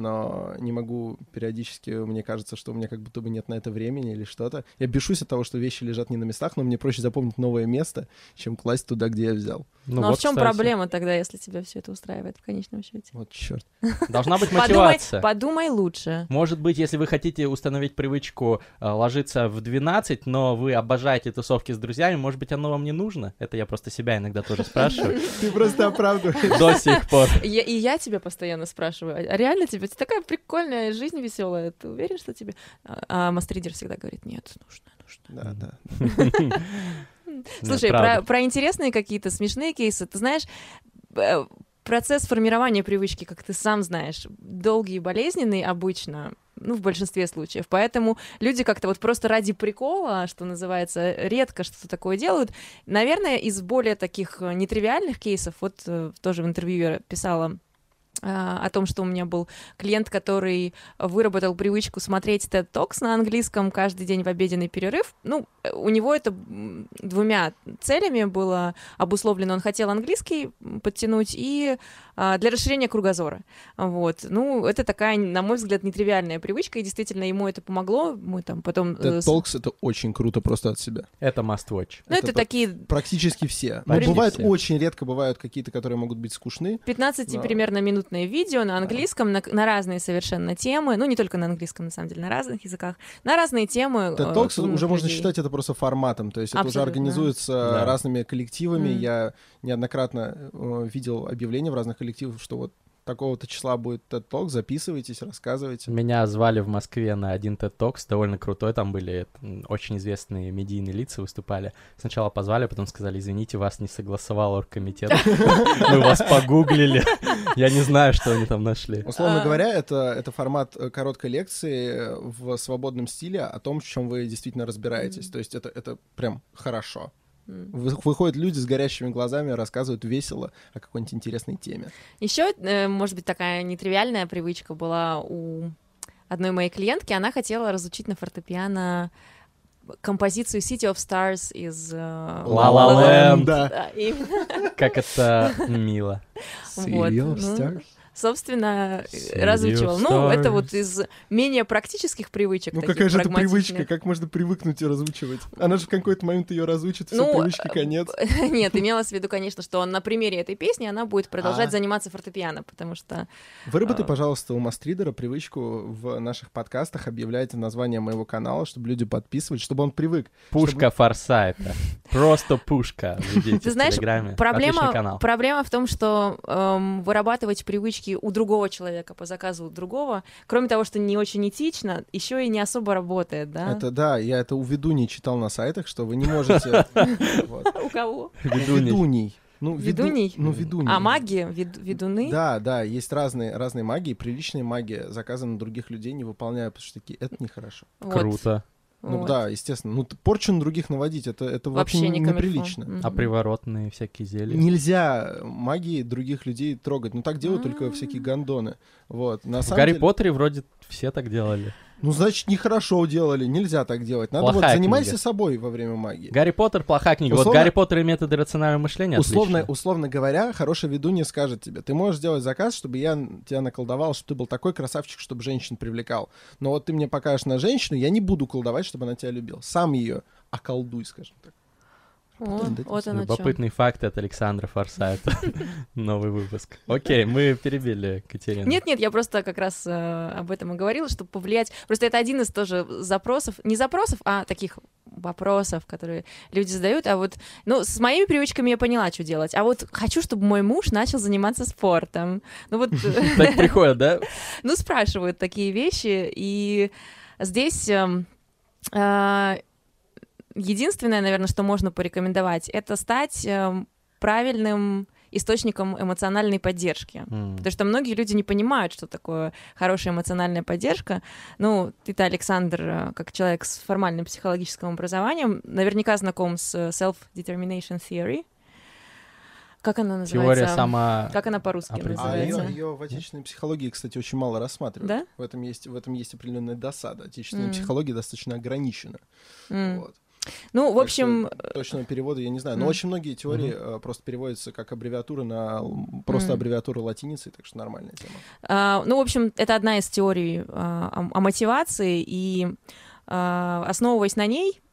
но не могу периодически, мне кажется, что у меня как будто бы нет на это времени или что-то. Я бешусь от того, что вещи лежат не на местах, но мне проще запомнить новое место, чем класть туда, где я взял. Ну вот, а в чем проблема тогда, если тебя все это устраивает в конечном счете? Вот черт. Должна быть мотивация. Подумай лучше. Может быть, если вы хотите установить привычку ложиться в 12, но вы обожаете тусовки с друзьями, может быть, оно вам не нужно? Это я просто себя иногда тоже спрашиваю. просто оправдываешься. До сих пор. И я тебя постоянно спрашиваю, а реально тебе такая прикольная жизнь веселая, ты уверен, что тебе? А мастридер всегда говорит, нет, нужно. Да. Слушай, про интересные какие-то смешные кейсы, ты знаешь, процесс формирования привычки, как ты сам знаешь, долгий и болезненный обычно, в большинстве случаев. Поэтому люди как-то вот просто ради прикола, что называется, редко что-то такое делают. Наверное, из более таких нетривиальных кейсов, вот тоже в интервью я писала о том, что у меня был клиент, который выработал привычку смотреть TED Talks на английском каждый день в обеденный перерыв. У него это двумя целями было обусловлено. Он хотел английский подтянуть и для расширения кругозора. Вот. Это такая, на мой взгляд, нетривиальная привычка, и действительно ему это помогло. Мы там потом... TED Talks — это очень круто просто от себя. Это must watch. Это такие... Практически все. Бывает, очень редко бывают какие-то, которые могут быть скучны. 15 примерно минутные видео на английском, на разные совершенно темы, не только на английском, на самом деле, на разных языках, на разные темы. TED Talks уже можно считать это просто форматом, то есть это уже организуется разными коллективами. Я неоднократно видел объявления в разных коллективах, что вот такого-то числа будет TED Talk, записывайтесь, рассказывайте. Меня звали в Москве на один TED Talks, довольно крутой, там были очень известные медийные лица выступали. Сначала позвали, потом сказали, извините, вас не согласовал оргкомитет. Мы вас погуглили. Я не знаю, что они там нашли. Условно говоря, это формат короткой лекции в свободном стиле о том, в чем вы действительно разбираетесь. То есть это прям хорошо. Выходят люди с горящими глазами, рассказывают весело о какой-нибудь интересной теме. Еще, может быть, такая нетривиальная привычка была у одной моей клиентки. Она хотела разучить на фортепиано композицию City of Stars из La La Land. Да, как это мило. City of Stars. Собственно, разучивал. Это вот из менее практических привычек. Какая же это привычка? Как можно привыкнуть и разучивать? Она же в какой-то момент ее разучит, все, привычки конец. Нет, имелось в виду, конечно, что на примере этой песни она будет продолжать заниматься фортепиано, потому что... Выработай, пожалуйста, у мастридера привычку в наших подкастах объявлять название моего канала, чтобы люди подписывались, чтобы он привык. Пушка Форсайта. Просто пушка. Ты знаешь, проблема в том, что вырабатывать привычки у другого человека по заказу другого, кроме того, что не очень этично, еще и не особо работает, да? Это да, я это у ведуней читал на сайтах, что вы не можете... У кого? Ведуней. Ведуней? Ведуней. А маги? Ведуны? Да, есть разные магии, приличная магия заказа на других людей не выполняя, потому что такие, это нехорошо. Круто. Да, естественно. Порчу на других наводить, это вообще неприлично. А приворотные всякие зелья? Нельзя магии других людей трогать. Так делают только всякие гондоны. Вот. В Гарри Поттере вроде все так делали. Значит, нехорошо делали, нельзя так делать. Надо занимайся собой во время магии. Гарри Поттер — плохая книга. Вот Гарри Поттер и методы рационального мышления условно говоря, хорошая ведунья скажет тебе, ты можешь сделать заказ, чтобы я тебя наколдовал, чтобы ты был такой красавчик, чтобы женщин привлекал. Но вот ты мне покажешь на женщину, я не буду колдовать, чтобы она тебя любила. Сам ее околдуй, скажем так. Вот оно Любопытный факт от Александра Форсайта. Новый выпуск. Окей, мы перебили Катерину. Нет, я просто как раз об этом и говорила, чтобы повлиять. Просто это один из тоже запросов, не запросов, а таких вопросов, которые люди задают. А вот, с моими привычками я поняла, что делать. А вот хочу, чтобы мой муж начал заниматься спортом. Так приходят, да? Спрашивают такие вещи. И здесь... Единственное, наверное, что можно порекомендовать, это стать правильным источником эмоциональной поддержки. Потому что многие люди не понимают, что такое хорошая эмоциональная поддержка. Ты-то, Александр, как человек с формальным психологическим образованием, наверняка знаком с Self-Determination Theory. Как она называется? Теория Как она по-русски называется? Ее в отечественной психологии, кстати, очень мало рассматривают. Да? В этом есть определенная досада. Отечественная психология достаточно ограничена. Вот. В общем... Точного перевода я не знаю. Но очень многие теории просто переводятся как аббревиатура на просто аббревиатуру латиницы, так что нормальная тема. В общем, это одна из теорий о мотивации, и основываясь на ней,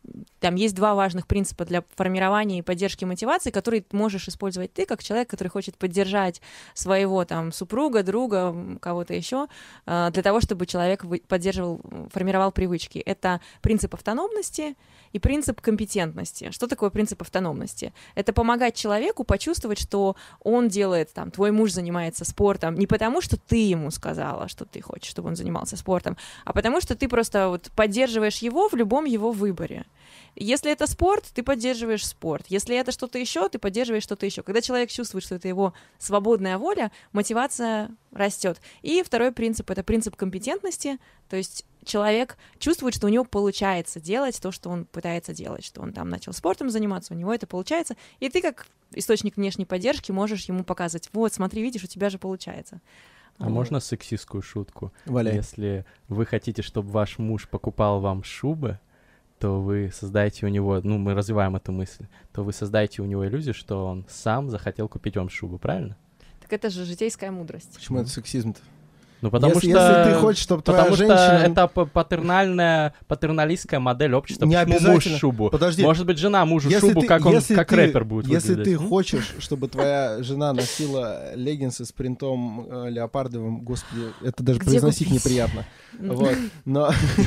там есть 2 важных принципа для формирования и поддержки мотивации, которые можешь использовать ты, как человек, который хочет поддержать своего там супруга, друга, кого-то еще, для того, чтобы человек формировал привычки. Это принцип автономности и принцип компетентности. Что такое принцип автономности? Это помогать человеку почувствовать, что он делает, там, твой муж занимается спортом не потому, что ты ему сказала, что ты хочешь, чтобы он занимался спортом, а потому что ты просто вот поддерживаешь его в любом его выборе. Если это спорт, ты поддерживаешь спорт. Если это что-то еще, ты поддерживаешь что-то еще. Когда человек чувствует, что это его свободная воля, мотивация растет. И второй принцип — это принцип компетентности, то есть человек чувствует, что у него получается делать то, что он пытается делать, что он там начал спортом заниматься, у него это получается, и ты как источник внешней поддержки можешь ему показывать: вот, смотри, видишь, у тебя же получается. А можно сексистскую шутку? Валяй. Если вы хотите, чтобы ваш муж покупал вам шубы, то вы создаете у него, ну, мы развиваем эту мысль, то вы создаете у него иллюзию, что он сам захотел купить вам шубу, правильно? Так это же житейская мудрость. Почему это сексизм-то? Ну, потому Если ты хочешь, чтобы твоя потому женщина... что это патерналистская модель общества. Не Почему муж обязательно. шубу? Подожди. Может быть, жена мужу Если шубу, ты- как если ты- рэпер будет Если выглядеть. ты хочешь, чтобы твоя жена носила леггинсы с принтом леопардовым, господи, это даже Где произносить купить? неприятно. Вот. Но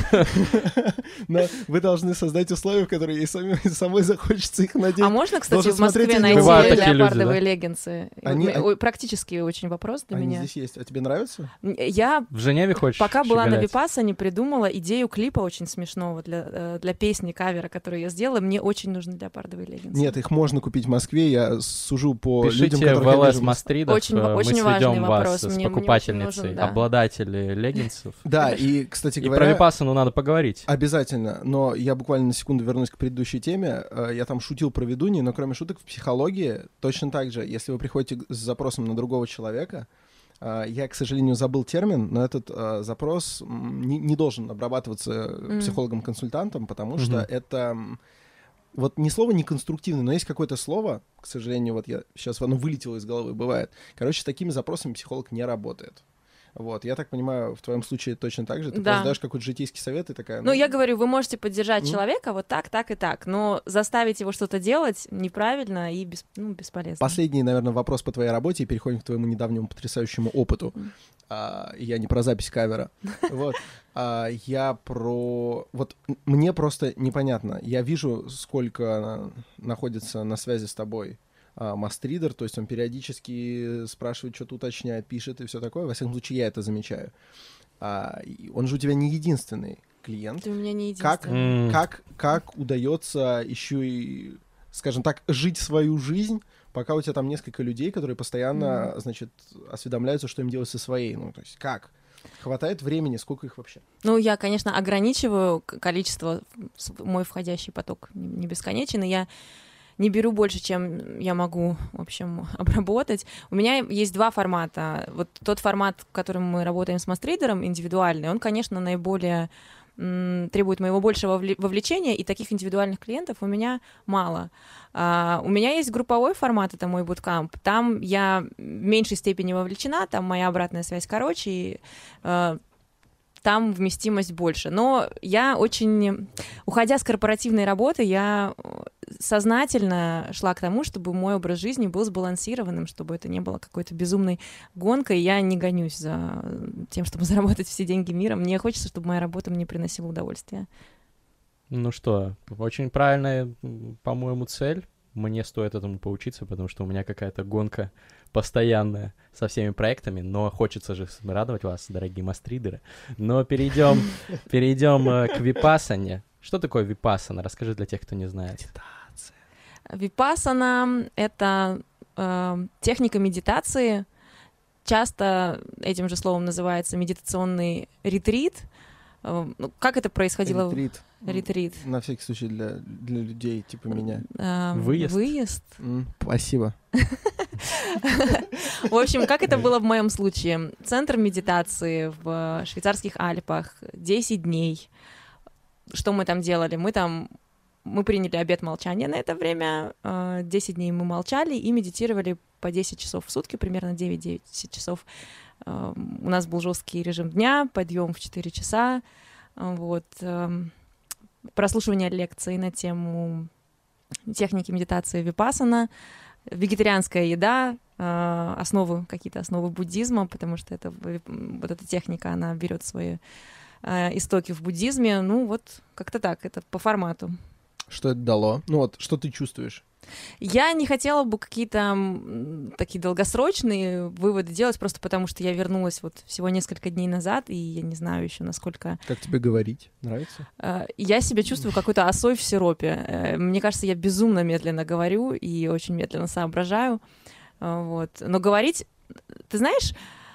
вы должны создать условия, в которые ей самой захочется их надеть. А можно, кстати, Должен в Москве смотреть найти Бывают такие люди, леопардовые да? леггинсы? Они- Ой, практически очень вопрос для Они меня. здесь есть. А тебе нравится? Я В Женеве хочешь пока была на щеголять? Випассане, придумала идею клипа очень смешного для песни, кавера, которую я сделала. Мне очень нужны леопардовые леггинсы. Нет, их можно купить в Москве. Я сужу по людям, Пишите которых я в ЛС вижу. Мастридов, Очень мы очень важный сведем вас вопрос. с Мне очень покупательницей, нужен, да. обладателей леггинсов. Да, и, кстати И про говоря... Випассану надо поговорить. Обязательно, но я буквально на секунду вернусь к предыдущей теме. Я там шутил про ведуньи, но кроме шуток в психологии точно так же, если вы приходите с запросом на другого человека, я, к сожалению, забыл термин, но этот запрос не должен обрабатываться психологом-консультантом, потому что это... Вот не слово неконструктивное, но есть какое-то слово, к сожалению, вот я сейчас оно вылетело из головы, бывает. Короче, с такими запросами психолог не работает. Вот, я так понимаю, в твоем случае точно так же. Ты Да. просто даешь какой-то житейский совет и такая... Ну, я говорю, вы можете поддержать человека вот так, так и так, но заставить его что-то делать неправильно и бесполезно. Последний, наверное, вопрос по твоей работе, и переходим к твоему недавнему потрясающему опыту. Я не про запись кавера. Вот. Я про... Вот мне просто непонятно. Я вижу, сколько находится на связи с тобой мастридер, то есть он периодически спрашивает, что-то уточняет, пишет и все такое. Во всяком случае, я это замечаю. И он же у тебя не единственный клиент. Ты у меня не единственный. Как удается еще и, скажем так, жить свою жизнь, пока у тебя там несколько людей, которые постоянно, значит, осведомляются, что им делать со своей. Ну, то есть как? Хватает времени? Сколько их вообще? Ну, я, конечно, ограничиваю количество, мой входящий поток не бесконечен, и я не беру больше, чем я могу, в общем, обработать. У меня есть 2 формата. Вот тот формат, в котором мы работаем с мастридером, индивидуальный, он, конечно, наиболее требует моего большего вовлечения, и таких индивидуальных клиентов у меня мало. У меня есть групповой формат, это мой буткамп. Там я в меньшей степени вовлечена, там моя обратная связь короче, и там вместимость больше. Но я очень... Уходя с корпоративной работы, я сознательно шла к тому, чтобы мой образ жизни был сбалансированным, чтобы это не было какой-то безумной гонкой. Я не гонюсь за тем, чтобы заработать все деньги мира. Мне хочется, чтобы моя работа мне приносила удовольствие. Ну что, очень правильная, по-моему, цель. Мне стоит этому поучиться, потому что у меня какая-то гонка постоянная со всеми проектами, но хочется же радовать вас, дорогие мастридеры. Но перейдем к випассане. Что такое випассана? Расскажи для тех, кто не знает. Випассана — это техника медитации. Часто этим же словом называется медитационный ретрит. Как это происходило? Ретрит. На всякий случай для людей типа меня. Выезд. Спасибо. В общем, как это было в моем случае? Центр медитации в швейцарских Альпах, 10 дней. Что мы там делали? Мы приняли обет молчания на это время. 10 дней мы молчали и медитировали по 10 часов в сутки, примерно 9-10 часов. У нас был жесткий режим дня, подъем в 4 часа. Вот. прослушивание лекций на тему техники медитации випассана, вегетарианская еда, какие-то основы буддизма, потому что вот эта техника, она берет свои истоки в буддизме. Ну вот как-то так, это по формату. Что это дало? Ну вот, что ты чувствуешь? Я не хотела бы какие-то такие долгосрочные выводы делать, просто потому что я вернулась вот всего несколько дней назад, и я не знаю еще, насколько... Как тебе говорить? Нравится? Я себя чувствую какой-то осой в сиропе. Мне кажется, я безумно медленно говорю и очень медленно соображаю. Вот. Но говорить... Ты знаешь...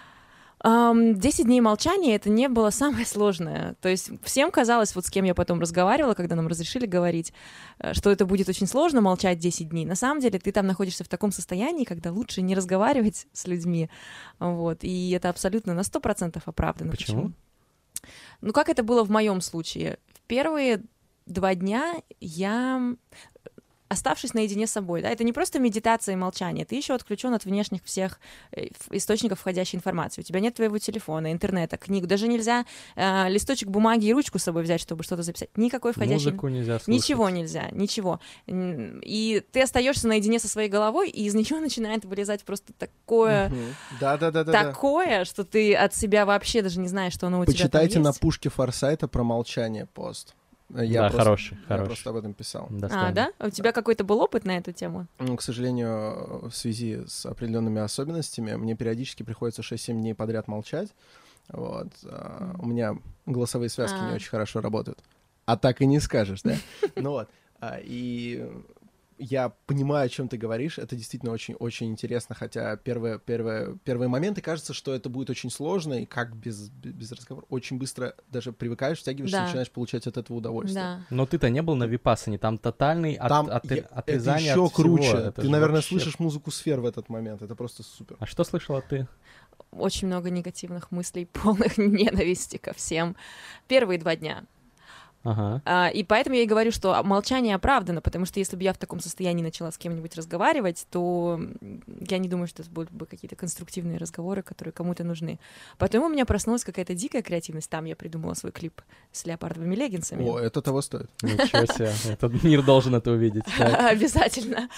10 дней молчания — это не было самое сложное. То есть всем казалось, вот с кем я потом разговаривала, когда нам разрешили говорить, что это будет очень сложно молчать 10 дней. На самом деле ты там находишься в таком состоянии, когда лучше не разговаривать с людьми. Вот. И это абсолютно на 100% оправдано. Почему? Ну, как это было в моем случае? В первые 2 дня я... оставшись наедине с собой, да, это не просто медитация и молчание, ты еще отключен от внешних всех источников входящей информации. У тебя нет твоего телефона, интернета, книг, даже нельзя листочек бумаги и ручку с собой взять, чтобы что-то записать. Никакой входящей... Музыку нельзя слушать. Ничего нельзя, ничего. И ты остаешься наедине со своей головой, и из нее начинает вылезать просто такое... Такое, что ты от себя вообще даже не знаешь, что оно у тебя там есть. Почитайте на пушке Форсайта про молчание пост. Я хороший. просто об этом писал. Достойно. Да? У тебя какой-то был опыт на эту тему? Ну, к сожалению, в связи с определенными особенностями мне периодически приходится 6-7 дней подряд молчать. Вот. У меня голосовые связки не очень хорошо работают. А так и не скажешь, да? Ну вот. И я понимаю, о чем ты говоришь. Это действительно очень-очень интересно, хотя первые моменты кажется, что это будет очень сложно, и как без разговора очень быстро даже привыкаешь, втягиваешься, начинаешь получать от этого удовольствие. Да. Но ты-то не был на випассане, там тотальный отрезание это еще от круче. всего. Это ты, наверное, вообще... слышишь музыку сфер в этот момент. Это просто супер. А что слышала ты? Очень много негативных мыслей, полных ненависти ко всем. Первые 2 дня. Ага. И поэтому я и говорю, что молчание оправдано, потому что если бы я в таком состоянии начала с кем-нибудь разговаривать, то я не думаю, что это будут бы какие-то конструктивные разговоры, которые кому-то нужны. Потом у меня проснулась какая-то дикая креативность. Там я придумала свой клип с леопардовыми леггинсами. О, это того стоит. Ничего себе. Этот мир должен это увидеть. Обязательно.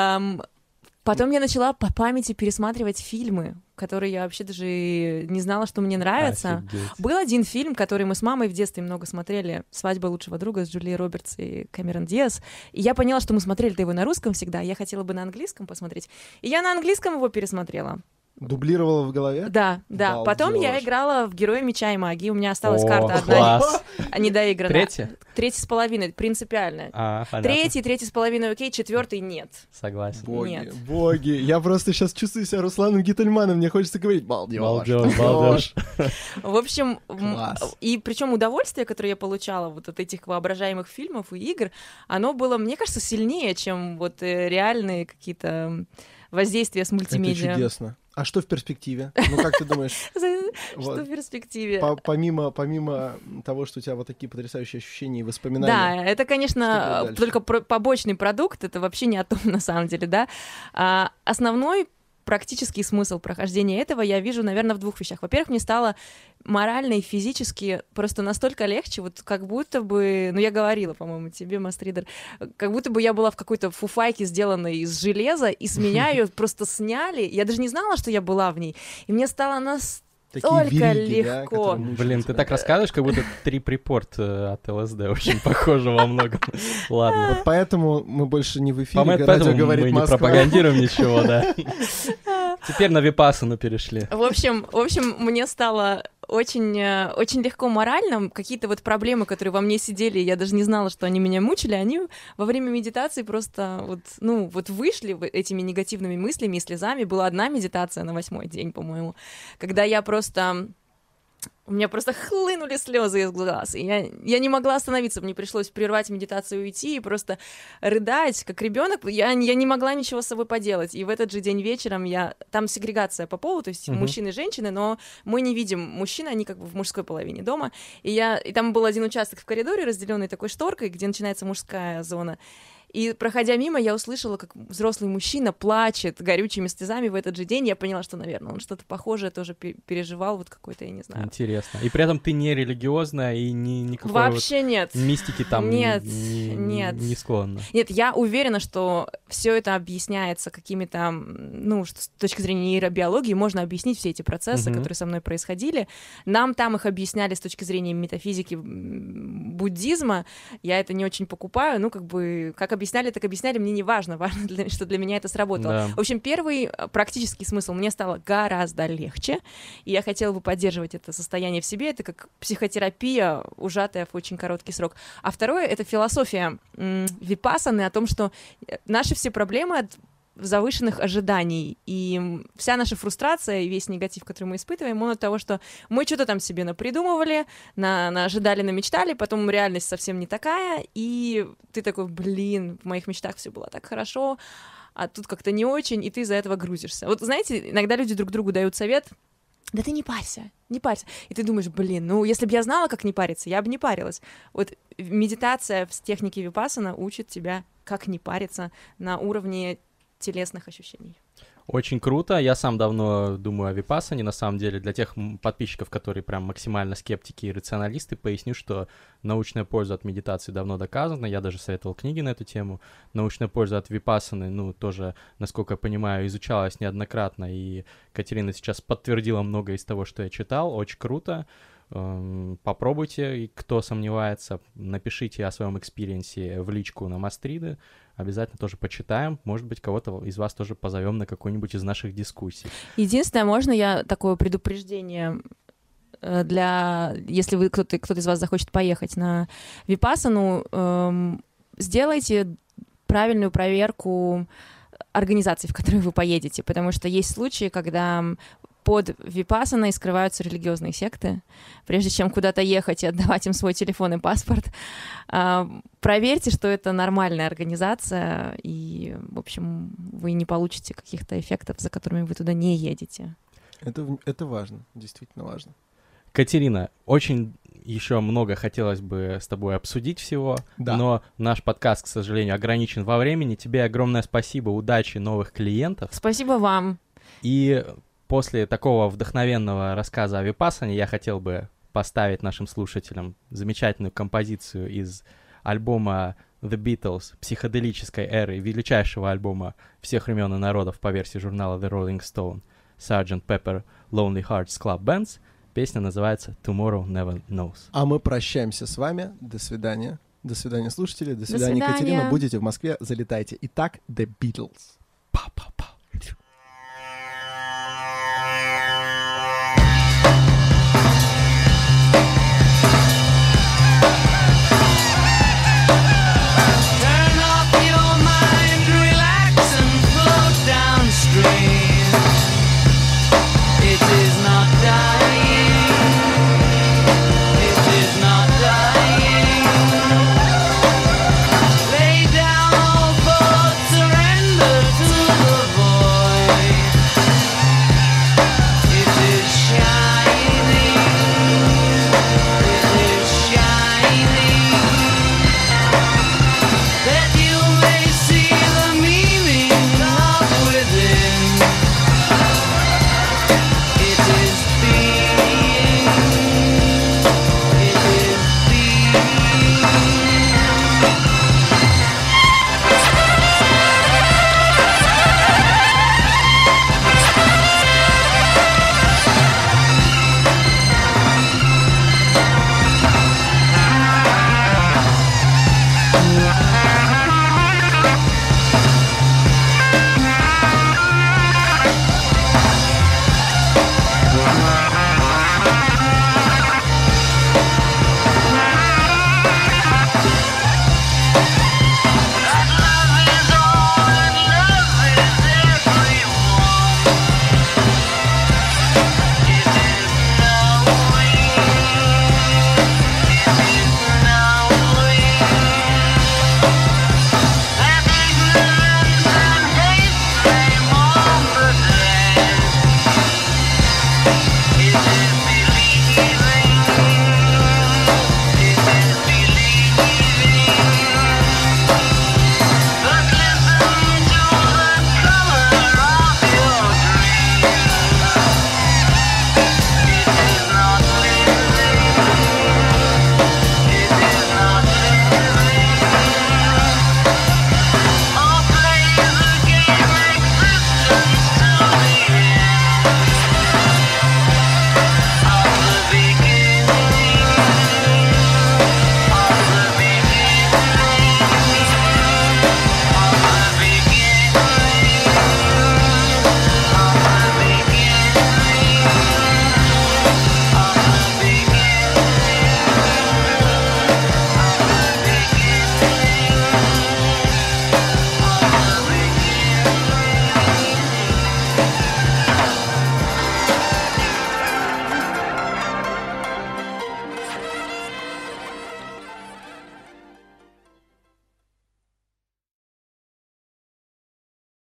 Потом я начала по памяти пересматривать фильмы, которые я вообще даже не знала, что мне нравятся. Офигеть. Был один фильм, который мы с мамой в детстве много смотрели, «Свадьба лучшего друга» с Джулией Робертс и Кэмерон Диаз. И я поняла, что мы смотрели его на русском всегда, я хотела бы на английском посмотреть. И я на английском его пересмотрела. Дублировала в голове? Да. Балдёж. Потом я играла в «Героя меча и магии». У меня осталась карта одна, класс. недоигранная. 3? 3,5, принципиально. Понятно. 3,5 окей, 4 нет. Согласен. Боги. Я просто сейчас чувствую себя Русланом Гительманом, мне хочется говорить балдёж. В общем, Класс. и причем удовольствие, которое я получала вот от этих воображаемых фильмов и игр, оно было, мне кажется, сильнее, чем вот реальные какие-то воздействия с мультимедиа. Это чудесно. А что в перспективе? Ну, как ты думаешь? Что в перспективе? Помимо того, что у тебя вот такие потрясающие ощущения и воспоминания. Да, это, конечно, только побочный продукт, это вообще не о том, на самом деле, да. Основной практический смысл прохождения этого я вижу, наверное, в 2 вещах. Во-первых, мне стало морально и физически просто настолько легче, вот как будто бы, ну, я говорила, по-моему, тебе, Мастридер, как будто бы я была в какой-то фуфайке, сделанной из железа, и с меня ее просто сняли. Я даже не знала, что я была в ней. И мне стало только легко. Блин, ты так рассказываешь, как будто трип-репорт от ЛСД очень похоже во многом. Ладно. Вот поэтому мы больше не в эфире, поэтому говорит мы Москва. не пропагандируем ничего, да. Теперь на випассану перешли. В общем, мне стало очень легко морально. Какие-то вот проблемы, которые во мне сидели, я даже не знала, что они меня мучили, они во время медитации просто вот вышли этими негативными мыслями и слезами. Была одна медитация на 8-й день, по-моему, когда у меня просто хлынули слезы из глаз, и я не могла остановиться, мне пришлось прервать медитацию и уйти, и просто рыдать, как ребенок. Я не могла ничего с собой поделать, и в этот же день вечером там сегрегация по полу, то есть мужчины и женщины, но мы не видим мужчин, они как бы в мужской половине дома, и там был один участок в коридоре, разделенный такой шторкой, где начинается мужская зона. И, проходя мимо, я услышала, как взрослый мужчина плачет горючими слезами в этот же день. Я поняла, что, наверное, он что-то похожее тоже переживал, вот какой-то, я не знаю. Интересно. И при этом ты не религиозная и никакой вообще вот нет. мистики там Нет. не склонна. Нет, я уверена, что все это объясняется какими-то, ну, что с точки зрения нейробиологии можно объяснить все эти процессы, которые со мной происходили. Нам там их объясняли с точки зрения метафизики буддизма. Я это не очень покупаю. Ну, как бы, как объясняли, так объясняли. Мне не важно. Важно, что для меня это сработало. Да. В общем, первый практический смысл мне стало гораздо легче. И я хотела бы поддерживать это состояние в себе. Это как психотерапия, ужатая в очень короткий срок. А второе — это философия випассаны о том, что наши все проблемы от завышенных ожиданий. И вся наша фрустрация и весь негатив, который мы испытываем, он от того, что мы что-то там себе напридумывали, ожидали, намечтали, потом реальность совсем не такая, и ты такой, блин, в моих мечтах все было так хорошо, а тут как-то не очень, и ты из-за этого грузишься. Вот знаете, иногда люди друг другу дают совет: да ты не парься, не парься. И ты думаешь, блин, ну если бы я знала, как не париться, я бы не парилась. Вот медитация в технике випассана учит тебя, как не париться на уровне телесных ощущений. Очень круто. Я сам давно думаю о випассане. На самом деле, для тех подписчиков, которые прям максимально скептики и рационалисты, поясню, что научная польза от медитации давно доказана. Я даже советовал книги на эту тему. Научная польза от випассаны, ну, тоже, насколько я понимаю, изучалась неоднократно. И Катерина сейчас подтвердила многое из того, что я читал. Очень круто. Попробуйте, и кто сомневается, напишите о своем экспириенсе в личку на Мастриды. Обязательно тоже почитаем. Может быть, кого-то из вас тоже позовем на какую-нибудь из наших дискуссий. Единственное, можно я такое предупреждение если вы кто-то из вас захочет поехать на випассану, сделайте правильную проверку организации, в которую вы поедете, потому что есть случаи, когда под випассаной скрываются религиозные секты. Прежде чем куда-то ехать и отдавать им свой телефон и паспорт, проверьте, что это нормальная организация, и, в общем, вы не получите каких-то эффектов, за которыми вы туда не едете. Это важно, действительно важно. Катерина, очень еще много хотелось бы с тобой обсудить всего, да. Но наш подкаст, к сожалению, ограничен во времени. Тебе огромное спасибо, удачи, новых клиентов. Спасибо вам. И после такого вдохновенного рассказа о випассане я хотел бы поставить нашим слушателям замечательную композицию из альбома The Beatles, психоделической эры, величайшего альбома всех времен и народов по версии журнала The Rolling Stone, Sgt. Pepper Lonely Hearts Club Bands. Песня называется Tomorrow Never Knows. А мы прощаемся с вами. До свидания. До свидания, слушатели. До свидания, До свидания. Катерина. Будете в Москве, залетайте. Итак, The Beatles.